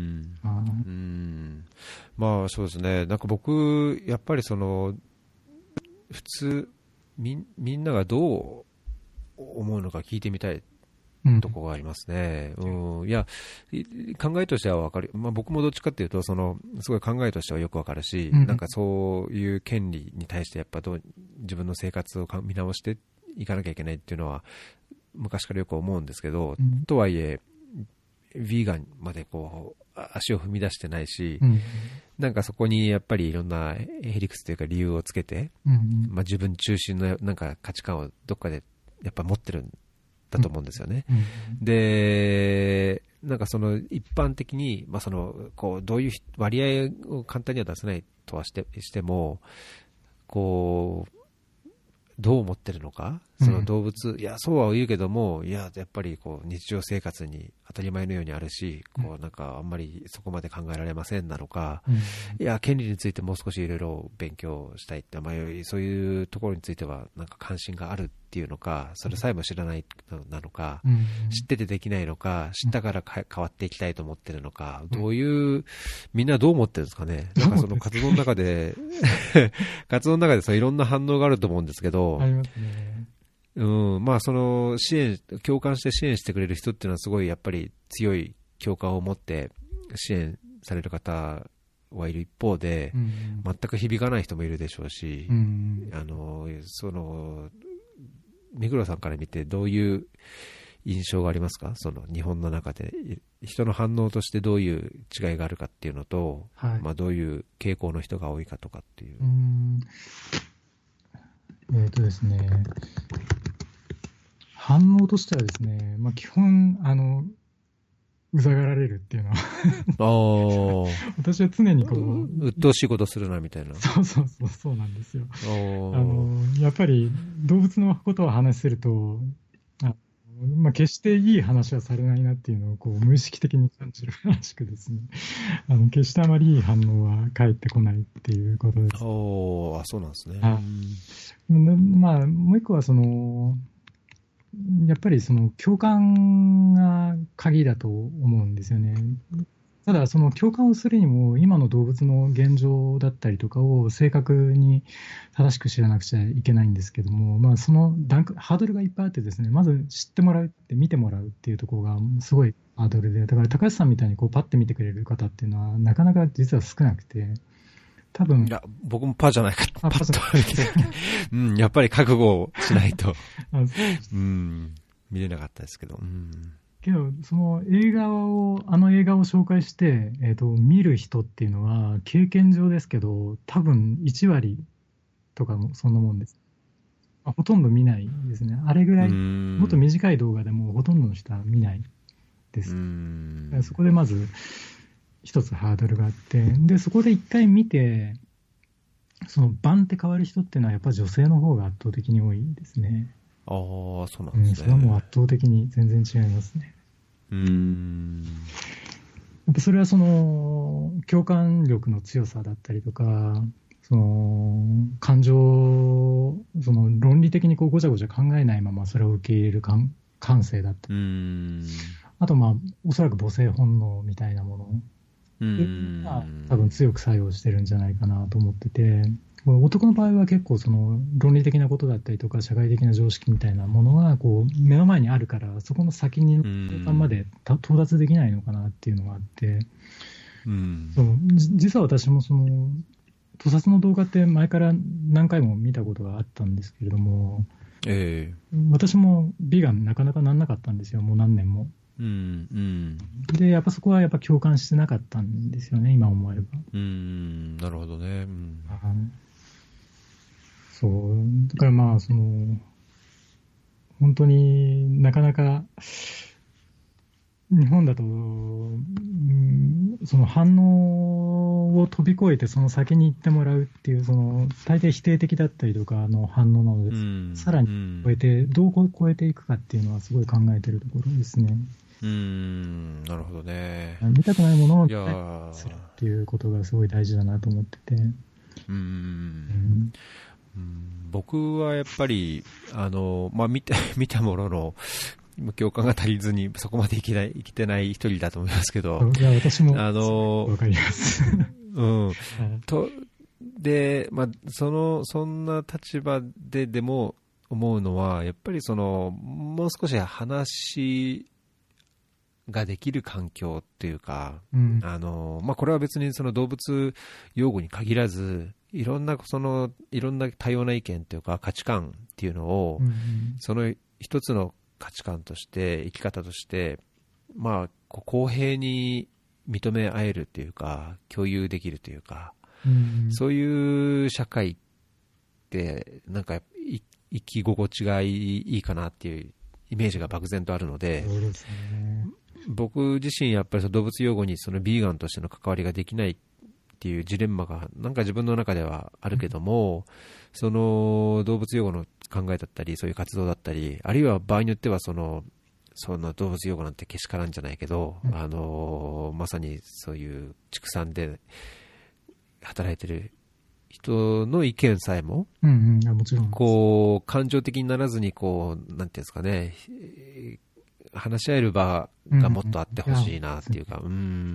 まあそうですね。なんか僕やっぱり普通みんながどう思うのか聞いてみたいとこがありますね。いや考えとしては分かる、僕もどっちかっていうとすごい考えとしてはよく分かるし、なんかそういう権利に対してやっぱ自分の生活を見直していかなきゃいけないっていうのは昔からよく思うんですけど、とはいえヴィーガンまでこう足を踏み出してないし、なんかそこにやっぱりいろんなへりくつというか理由をつけて、自分中心のなんか価値観をどっかでやっぱ持ってるんだと思うんですよね。でなんか一般的に、こうどういう割合を簡単には出せないとはしてもこうどう思ってるのか、動物、いやそうは言うけども、いややっぱりこう日常生活に当たり前のようにあるし、こうなんかあんまりそこまで考えられませんなのか、いや権利についてもう少しいろいろ勉強したいって、そういうところについてはなんか関心があるっていうのか、それさえも知らないなのか、知っててできないのか、知ったから変わっていきたいと思ってるのか、どういうみんなどう思ってるんですかね。なんか活動の中で活動の中でいろんな反応があると思うんですけど、 ありますね。 まあその共感して支援してくれる人っていうのはすごいやっぱり強い共感を持って支援される方はいる一方で、全く響かない人もいるでしょうし、目黒さんから見てどういう印象がありますか？その日本の中で人の反応としてどういう違いがあるかっていうのと、まあ、どういう傾向の人が多いかとかっていう。 ですね、反応としてはですね、まあ、基本うざがられるっていうのは私は常にこう鬱陶しいことするなみたいな。 そうなんですよ。やっぱり動物のことを話せると、まあ、決していい話はされないなっていうのをこう無意識的に感じるらしくですね、決してあまりいい反応は返ってこないっていうことです。 そうなんですね。 まあ、もう一個はやっぱり共感が鍵だと思うんですよね。ただ、その共感をするにも、今の動物の現状だったりとかを正確に正しく知らなくちゃいけないんですけども、まあ、そのハードルがいっぱいあってですね、まず知ってもらうって、見てもらうっていうところがすごいハードルで、だから高橋さんみたいにこうパッて見てくれる方っていうのは、なかなか実は少なくて、多分。 いや、僕もパじゃないかパッと見て、やっぱり覚悟をしないと、見れなかったですけど。 けど、その映画を紹介して、見る人っていうのは、経験上ですけど、多分1割とかもそんなもんです。ほとんど見ないですね。あれぐらい、もっと短い動画でもほとんどの人は見ないです。そこでまず、一つハードルがあって、で、そこで一回見て、そのバンって変わる人っていうのは、やっぱり女性の方が圧倒的に多いですね。 そうなんですね。 それはもう圧倒的に全然違いますね。やっぱそれは共感力の強さだったりとか、感情、論理的にこうごちゃごちゃ考えないままそれを受け入れる感性だったり、あと、まあ、おそらく母性本能みたいなものが多分強く作用してるんじゃないかなと思ってて、男の場合は結構論理的なことだったりとか社会的な常識みたいなものがこう目の前にあるから、そこの先に共感まで到達できないのかなっていうのがあって、実は私も屠殺の動画って前から何回も見たことがあったんですけれども、私もビーガンなかなかなんなかったんですよ、もう何年も。で、やっぱそこはやっぱ共感してなかったんですよね、今思えば。 なるほどね。 そう、だからまあ、本当になかなか、日本だと、その反応を飛び越えてその先に行ってもらうっていう、大抵否定的だったりとかの反応なので、さらに超えて、どう超えていくかっていうのはすごい考えてるところですね。 なるほどね。 見たくないものを見たくするっていうことがすごい大事だなと思ってて。 僕はやっぱりまあ、見たものの共感が足りずにそこまで生きてない一人だと思いますけど、 いや私もわかります。 で、まあ、そんな立場ででも思うのは、やっぱりもう少し話ができる環境っていうか、まあ、これは別に動物用語に限らず、いろんな多様な意見というか価値観っていうのを、その一つの価値観として生き方として、まあ、公平に認め合えるというか共有できるというか、そういう社会ってなんか生き心地がいいかなっていうイメージが漠然とあるので、 そうですね、 僕自身やっぱり動物用語にビーガンとしての関わりができないっていうジレンマがなんか自分の中ではあるけども、その動物用語の考えだったりそういう活動だったり、あるいは場合によってはその動物用語なんてけしからんじゃないけど、まさにそういう畜産で働いてる人の意見さえも、 もちろんこう感情的にならずにこうなんていうんですかね、話し合える場がもっとあってほしいなっていうか、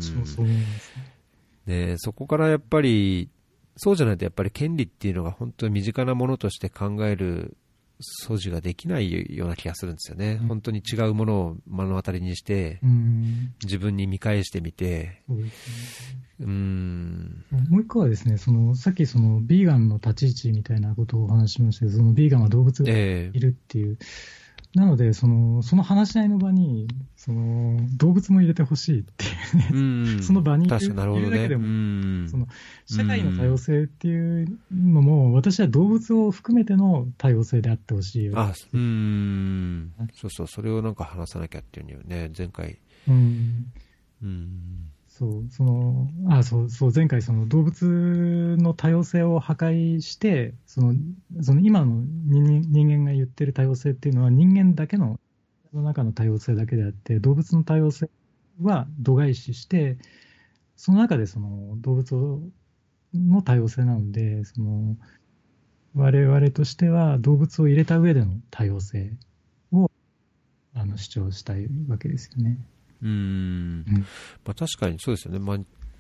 そこからやっぱりそうじゃないとやっぱり権利っていうのが本当に身近なものとして考える素地ができないような気がするんですよね。本当に違うものを目の当たりにして、自分に見返してみて。 そうですね。もう一個はですね、さっきビーガンの立ち位置みたいなことをお話ししましたけど、ビーガンは動物がいるっていう。なのでその話し合いの場に動物も入れてほしいっていうね、その場にいるだけでも、社会の多様性っていうのも、私は動物を含めての多様性であってほしい。 そうそう、それをなんか話さなきゃっていうのね、前回。 前回動物の多様性を破壊して、今の人間が言ってる多様性っていうのは人間だけの中の多様性だけであって、動物の多様性は度外視して、その中で動物の多様性なので、我々としては動物を入れた上での多様性を主張したいわけですよね。 確かにそうですよね。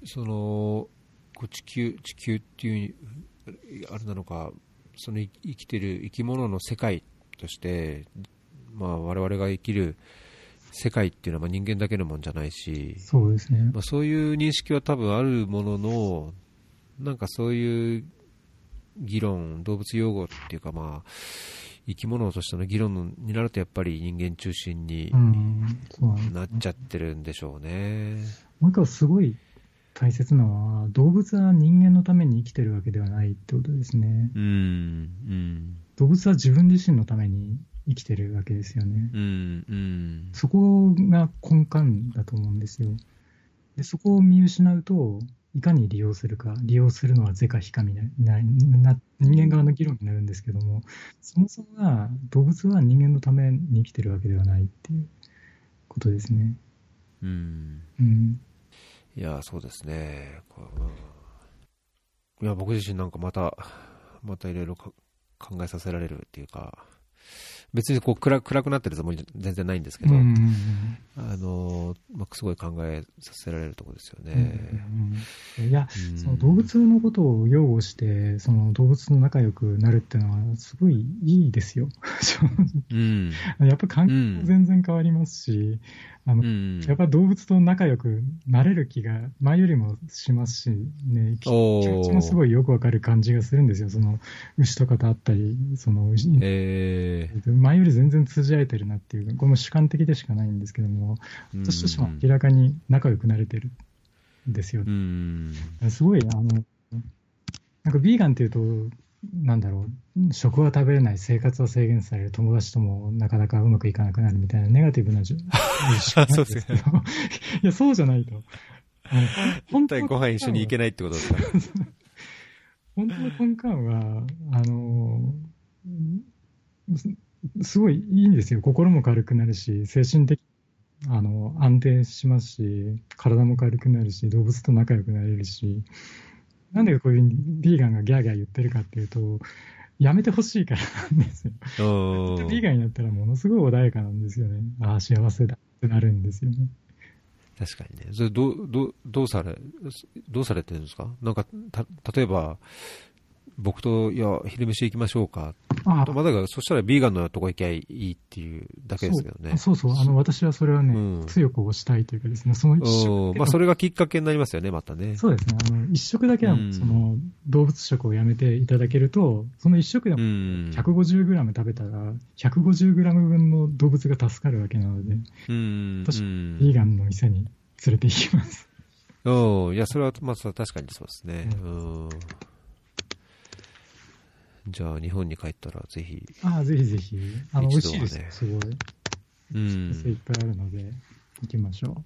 地球っていうあれなのか、生きてる生き物の世界として、我々が生きる世界っていうのは人間だけのもんじゃないし、 そうですね。 そういう認識は多分あるものの、なんかそういう議論、動物用語っていうか、生き物としての議論になるとやっぱり人間中心になっちゃってるんでしょうね。 もう一個すごい大切なのは、動物は人間のために生きてるわけではないってことですね。動物は自分自身のために生きてるわけですよね。そこが根幹だと思うんですよ。でそこを見失うと、いかに利用するか、利用するのは是か非かみたいな人間側の議論になるんですけども、そもそもが動物は人間のために生きてるわけではないっていうことですね。 いや、そうですね。いや、僕自身なんかまたいろいろ考えさせられるっていうか、別に暗くなってるつもり全然ないんですけど、すごい考えさせられるところですよね。 いや、動物のことを擁護して、動物と仲良くなるっていうのは、すごいいいですよ、やっぱ環境も全然変わりますし、やっぱ動物と仲良くなれる気が前よりもしますし、ね、気持ちもすごいよくわかる感じがするんですよ、牛とかと会ったり、前より全然通じ合えてるなっていう、これも主観的でしかないんですけども、私としても明らかに仲良くなれてるんですよ。すごい、なんかビーガンっていうと、なんだろう、食は食べれない、生活は制限される、友達ともなかなかうまくいかなくなるみたいなネガティブなそうですけど、 いや、そうじゃないと。 本当にご飯一緒に行けないってことですか。 本当の根幹は、すごいいいんですよ。心も軽くなるし、精神的安定しますし、体も軽くなるし、動物と仲良くなれるし、なんでこういうビーガンがギャーギャー言ってるかっていうと、やめてほしいからなんですよ。ビーガンになったらものすごい穏やかなんですよね。ああ、幸せだってなるんですよね。 確かにね。それどうされてるんですか？なんか例えば僕と昼飯行きましょうか。だからそしたらビーガンのとこ行きゃいいっていうだけですけどね。 そう私はそれはね、強く推したいというかですね、それがきっかけになりますよね、またね。 そうですね。一食だけは動物食をやめていただけると、その一食でも 150g 食べたら 150g 分の動物が助かるわけなので、私ビーガンの店に連れて行きます。 いや、それは確かにそうですね。じゃあ日本に帰ったらぜひ。 ぜひぜひ。美味しいですよ、すごい。いっぱいあるので行きましょう。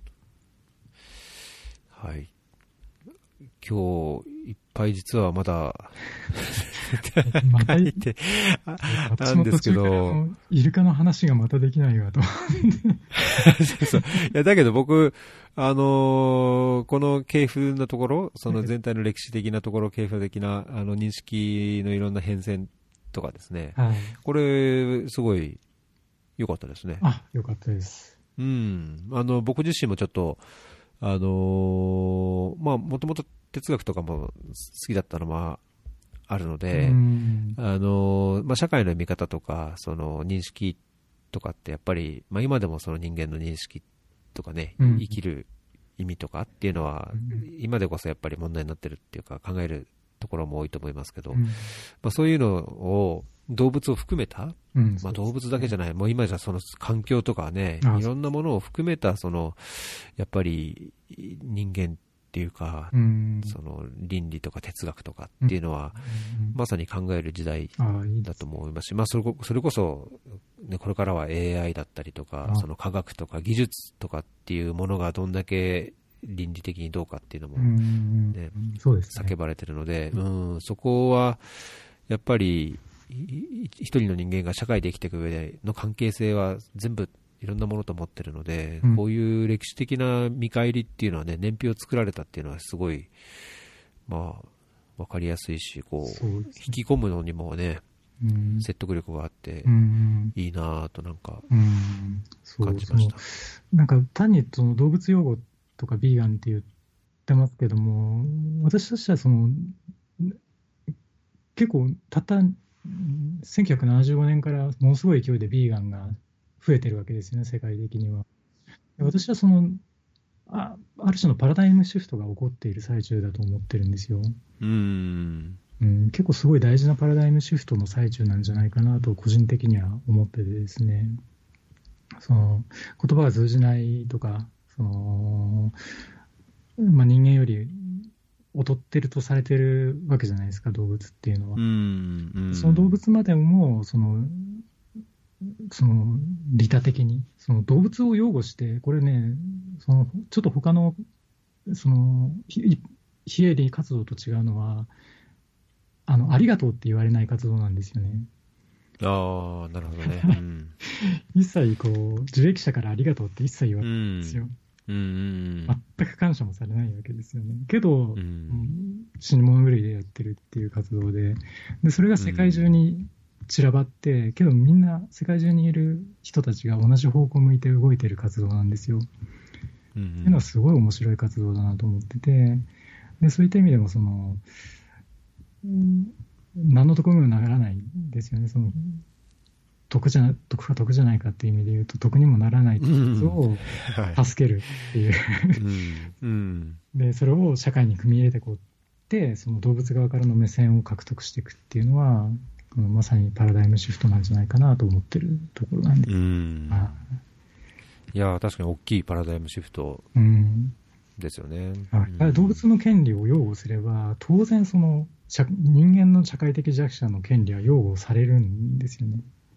はい。今日いっぱい実はまだ書いてなんですけど、イルカの話がまたできないわと。 そういやだけど僕この系譜のところ、その全体の歴史的なところ、系譜的な認識のいろんな変遷とかですね、これすごい良かったですね。 良かったです。 僕自身もちょっともともと哲学とかも好きだったのもああるので、社会の見方とかその認識とかってやっぱり、今でもその人間の認識とかね、生きる意味とかっていうのは、今でこそやっぱり問題になってるっていうか考えるところも多いと思いますけど、そういうのを動物を含めた、動物だけじゃない、もう今じゃその環境とかね、いろんなものを含めたそのやっぱり人間っていうか、その倫理とか哲学とかっていうのは、まさに考える時代だと思いますし、それこそ、ね、これからは AI だったりとか、その科学とか技術とかっていうものがどんだけ倫理的にどうかっていうのも、ね、叫ばれてるので、そこはやっぱり一人の人間が社会で生きていく上での関係性は全部いろんなものと思ってるので、こういう歴史的な見返りっていうのはね、年表を作られたっていうのはすごい、分かりやすいし、こう引き込むのにもね、説得力があっていいなぁとなんか感じました。 なんか単にその動物用語とかビーガンって言ってますけども、私としてはその結構たった1975年からものすごい勢いでビーガンが増えてるわけですよね、世界的には。私はそのある種のパラダイムシフトが起こっている最中だと思ってるんですよ。結構すごい大事なパラダイムシフトの最中なんじゃないかなと個人的には思っててですね、その言葉が通じないとか、その人間より劣ってるとされてるわけじゃないですか、動物っていうのは。その動物までもその利他的にその動物を擁護して、これね、そのちょっと他のその非営利活動と違うのは、ありがとうって言われない活動なんですよね。 なるほどね。 一切こう受益者からありがとうって一切言われないんですよ。全く感謝もされないわけですよね。けど、死に物狂いでやってるっていう活動で、それが世界中に散らばって、けどみんな世界中にいる人たちが同じ方向を向いて動いてる活動なんですよ。っていうのはすごい面白い活動だなと思ってて、でそういった意味でもその、何の得にもならないんですよね。その得じゃないかっていう意味で言うと、得にもならない技術を助けるっていうで、それを社会に組み入れていこうって、その動物側からの目線を獲得していくっていうのは、まさにパラダイムシフトなんじゃないかなと思ってるところなんです。 いや確かに大きいパラダイムシフトですよね。 動物の権利を擁護すれば、当然その人間の社会的弱者の権利は擁護されるんですよね。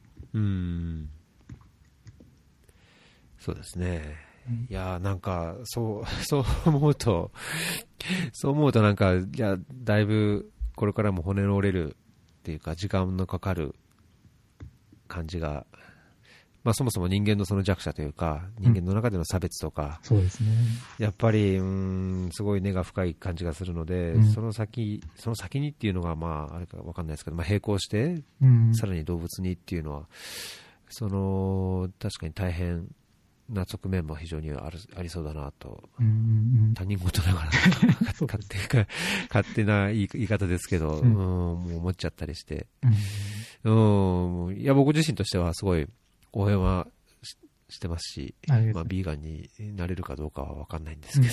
そうですね。いやなんかそう思うとなんか、いやだいぶこれからも骨の折れるっていうか時間のかかる感じが、そもそも人間のその弱者というか人間の中での差別とか、 そうですね、 やっぱりすごい根が深い感じがするので、その先にっていうのがあれか分かんないですけど、並行して、さらに動物にっていうのは確かに大変な側面も非常にありそうだなと、他人事ながら勝手な言い方ですけど、もう思っちゃったりして、いや僕自身としてはすごい応援はしてますし、ビーガンになれるかどうかは分かんないんですけ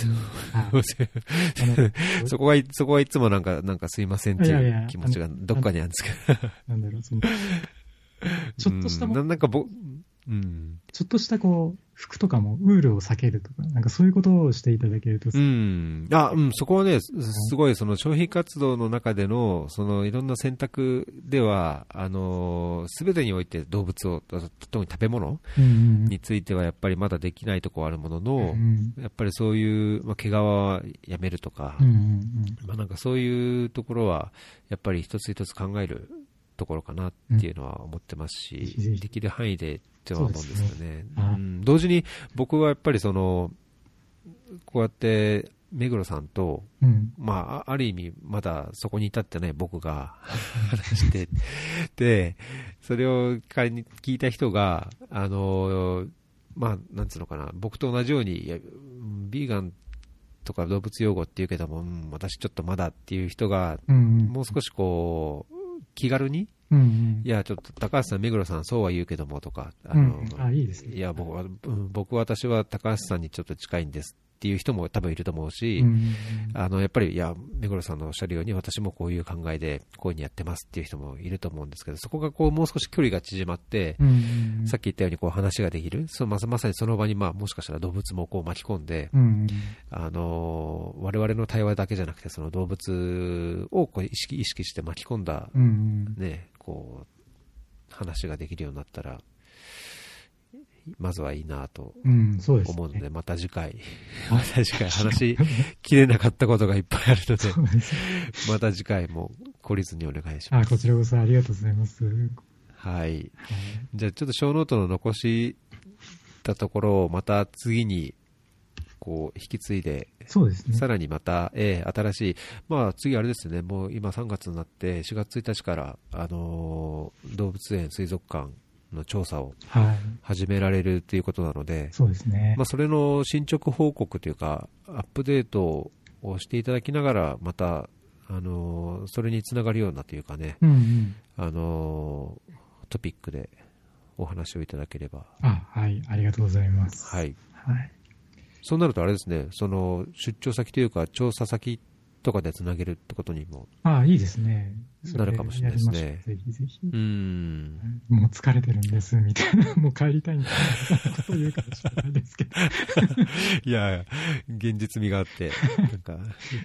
ど、そこはいつもなんかすいませんっていう気持ちがどっかにあるんですけど、 なんだろう、ちょっとしたちょっとしたこう服とかもウールを避けるとか、なんかそういうことをしていただけると、 そこはね、すごいその消費活動の中でのそのいろんな選択ではすべてにおいて動物を、特に食べ物についてはやっぱりまだできないところはあるものの、やっぱりそういう、毛皮はやめるとか、なんかそういうところはやっぱり一つ一つ考えるところかなっていうのは思ってますし、できる範囲でっては思うんですよね。同時に僕はやっぱりこうやって目黒さんと、ある意味まだそこに至ってない僕が話してで、それを仮に聞いた人がなんつうのかな、僕と同じようにビーガンとか動物用語っていうけども、私ちょっとまだっていう人が、もう少しこう気軽に、いやちょっと高橋さん、目黒さんそうは言うけどもとか、 いいですね。 いや私は高橋さんにちょっと近いんですっていう人も多分いると思うし、やっぱりいや目黒さんのおっしゃるように私もこういう考えでこういうふうにやってますっていう人もいると思うんですけど、そこがこうもう少し距離が縮まって、さっき言ったようにこう話ができる、まさにその場にもしかしたら動物もこう巻き込んで、我々の対話だけじゃなくてその動物をこう意識して巻き込んだ、こう話ができるようになったらまずはいいなと思うので、また次回話しきれなかったことがいっぱいあるので、また次回も懲りずにお願いします。 こちらこそありがとうございます。 はい。じゃあちょっと小ノートの残したところをまた次にこう引き継いで、 そうですね、 さらにまた、新しい、次あれですね、もう今3月になって4月1日から、動物園水族館の調査を始められるということなので、 そうですね、 それの進捗報告というかアップデートをしていただきながら、またそれにつながるようなというかね、トピックでお話をいただければ。 はい、ありがとうございます。 はい、そうなるとあれですね、その出張先というか調査先とかでつなげるってことにもいいですね、 なるかもしれないですね。 ぜひぜひ。もう疲れてるんですみたいな、もう帰りたいんだみたいなことを言うかもしれないですけどいや現実味があってなんか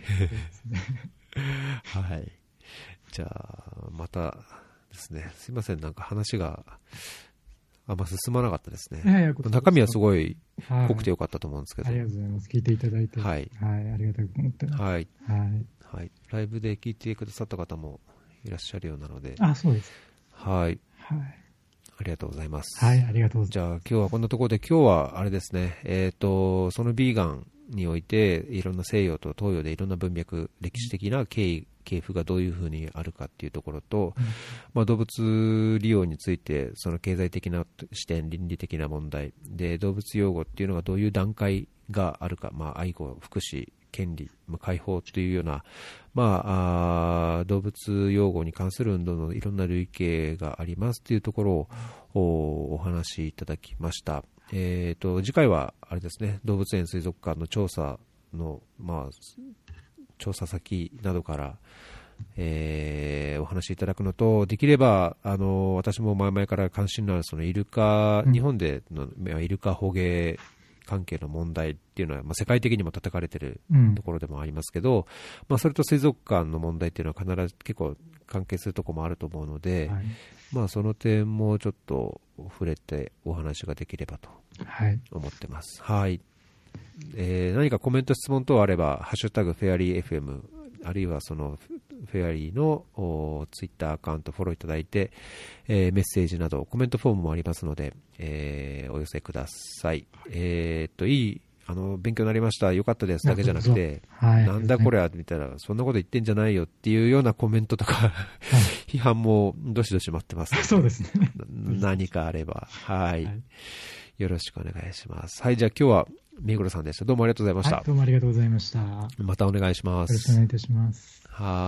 はい、じゃあまたですね、すいません、なんか話があんま進まなかったですね。中身はすごい濃くてよかったと思うんですけど。 ありがとうございます。聞いていただいて。ありがたく思ってます。 ライブで聞いてくださった方もいらっしゃるようなので。 そうです。 ありがとうございます。 ありがとうございます。 じゃあ今日はこんなところで、今日はあれですね、そのビーガンにおいて、いろんな西洋と東洋でいろんな文脈、歴史的な経緯がどういうふうにあるかっていうところと、動物利用についてその経済的な視点、倫理的な問題で、動物用語っていうのがどういう段階があるか、愛護、福祉、権利、解放というような、動物用語に関する運動のいろんな類型がありますというところをお話しいただきました。次回はあれですね、動物園水族館の調査の、調査先などから、お話しいただくのと、できれば私も前々から関心のあるそのイルカ、日本でのイルカ捕鯨関係の問題っていうのは、世界的にも叩かれているところでもありますけど、それと水族館の問題っていうのは必ず結構関係するところもあると思うので、その点もちょっと触れてお話ができればと思ってます。何かコメント質問等あればハッシュタグフェアリー FM あるいはそのフェアリーのツイッターアカウントフォローいただいて、メッセージなどコメントフォームもありますので、お寄せください。いい勉強になりました、よかったですだけじゃなくて、なんだこれはみたいな、そんなこと言ってんじゃないよっていうようなコメントとか批判もどしどし待ってますので、 そうですね何かあればよろしくお願いします。じゃあ今日は目黒さんでした。どうもありがとうございました。 どうもありがとうございました。 またお願いします。 よろしくお願いいたします。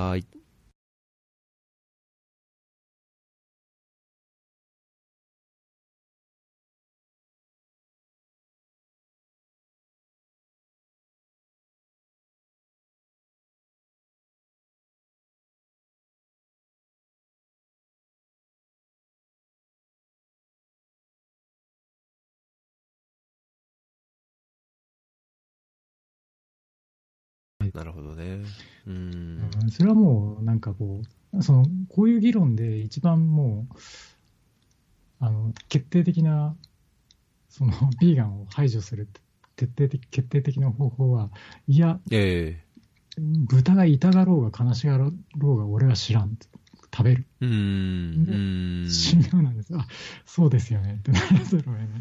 なるほどね。 それはもうなんかこういう議論で一番もう決定的なそのビーガンを排除する決定的な方法は、いや、豚が痛がろうが悲しがろうが俺は知らん、食べる。死ぬようなんです。そうですよねってならざるを得ない。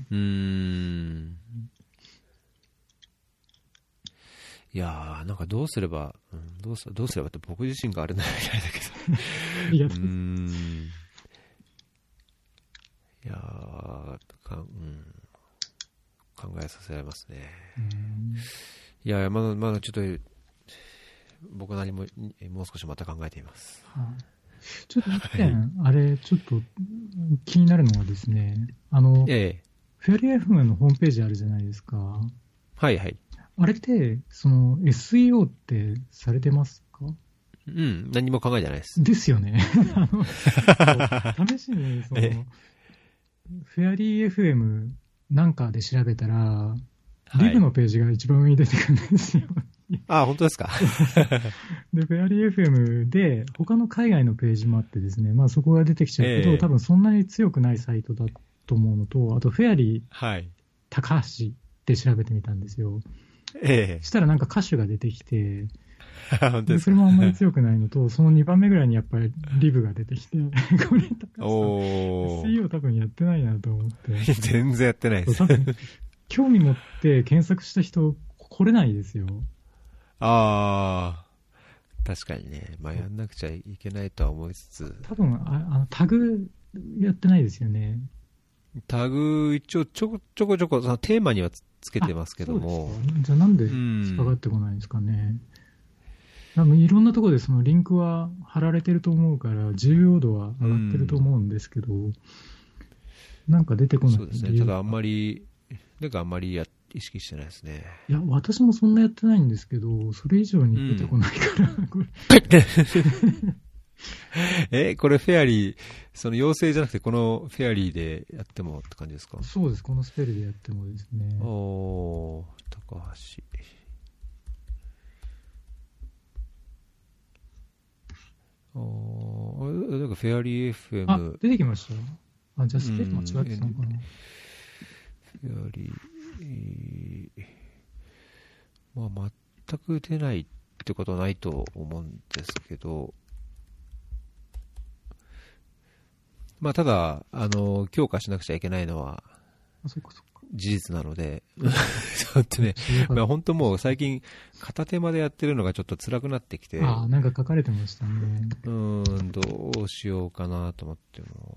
いやー、なんかどうすればって僕自身があれなんじゃないだけどいやー、考えさせられますね。 いや、まだちょっと、僕なりもう少しまた考えています。 ちょっと一点、あれ、ちょっと気になるのはですね、フェアリー FM のホームページあるじゃないですか。 はいはい。あれって、SEO ってされてますか？ うん、何も考えてないです。 ですよね。試しに、フェアリー FM なんかで調べたら、リブのページが一番上に出てくるんですよ。 あ、本当ですか。 で、フェアリー FM で、他の海外のページもあってですね、まあそこが出てきちゃうけど、多分そんなに強くないサイトだと思うのと、あとフェアリー、高橋って調べてみたんですよ。したらなんか歌手が出てきて、でそれもあんまり強くないのと、その2番目ぐらいにやっぱりリブが出てきて、これ高橋さん、SEO 多分やってないなと思って。 全然やってないです。 興味持って検索した人、来れないですよ。 ああ、確かにね。まあ、やんなくちゃいけないとは思いつつ。 多分、タグやってないですよね。 タグ、一応、ちょこちょこ、そのテーマにはつけてますけども。 じゃあなんで引っかかってこないんですかね。多分いろんなところでそのリンクは貼られてると思うから、重要度は上がってると思うんですけど、なんか出てこない。 そうですね。ただあんまり意識してないですね。 いや、私もそんなやってないんですけど、それ以上に出てこないから、これ。これフェアリー、その妖精じゃなくてこのフェアリーでやってもって感じですか？ そうです、このスペルでやってもですね。 高橋。なんかフェアリー FM。 出てきました。じゃあスペル間違ってたのかな。 フェアリー、まあ、全く出ないってことはないと思うんですけど、まあ、ただ、強化しなくちゃいけないのは、事実なので、ちょっとね、まあ、本当もう最近、片手までやってるのがちょっと辛くなってきて、 なんか書かれてましたね。 どうしようかなと思っても、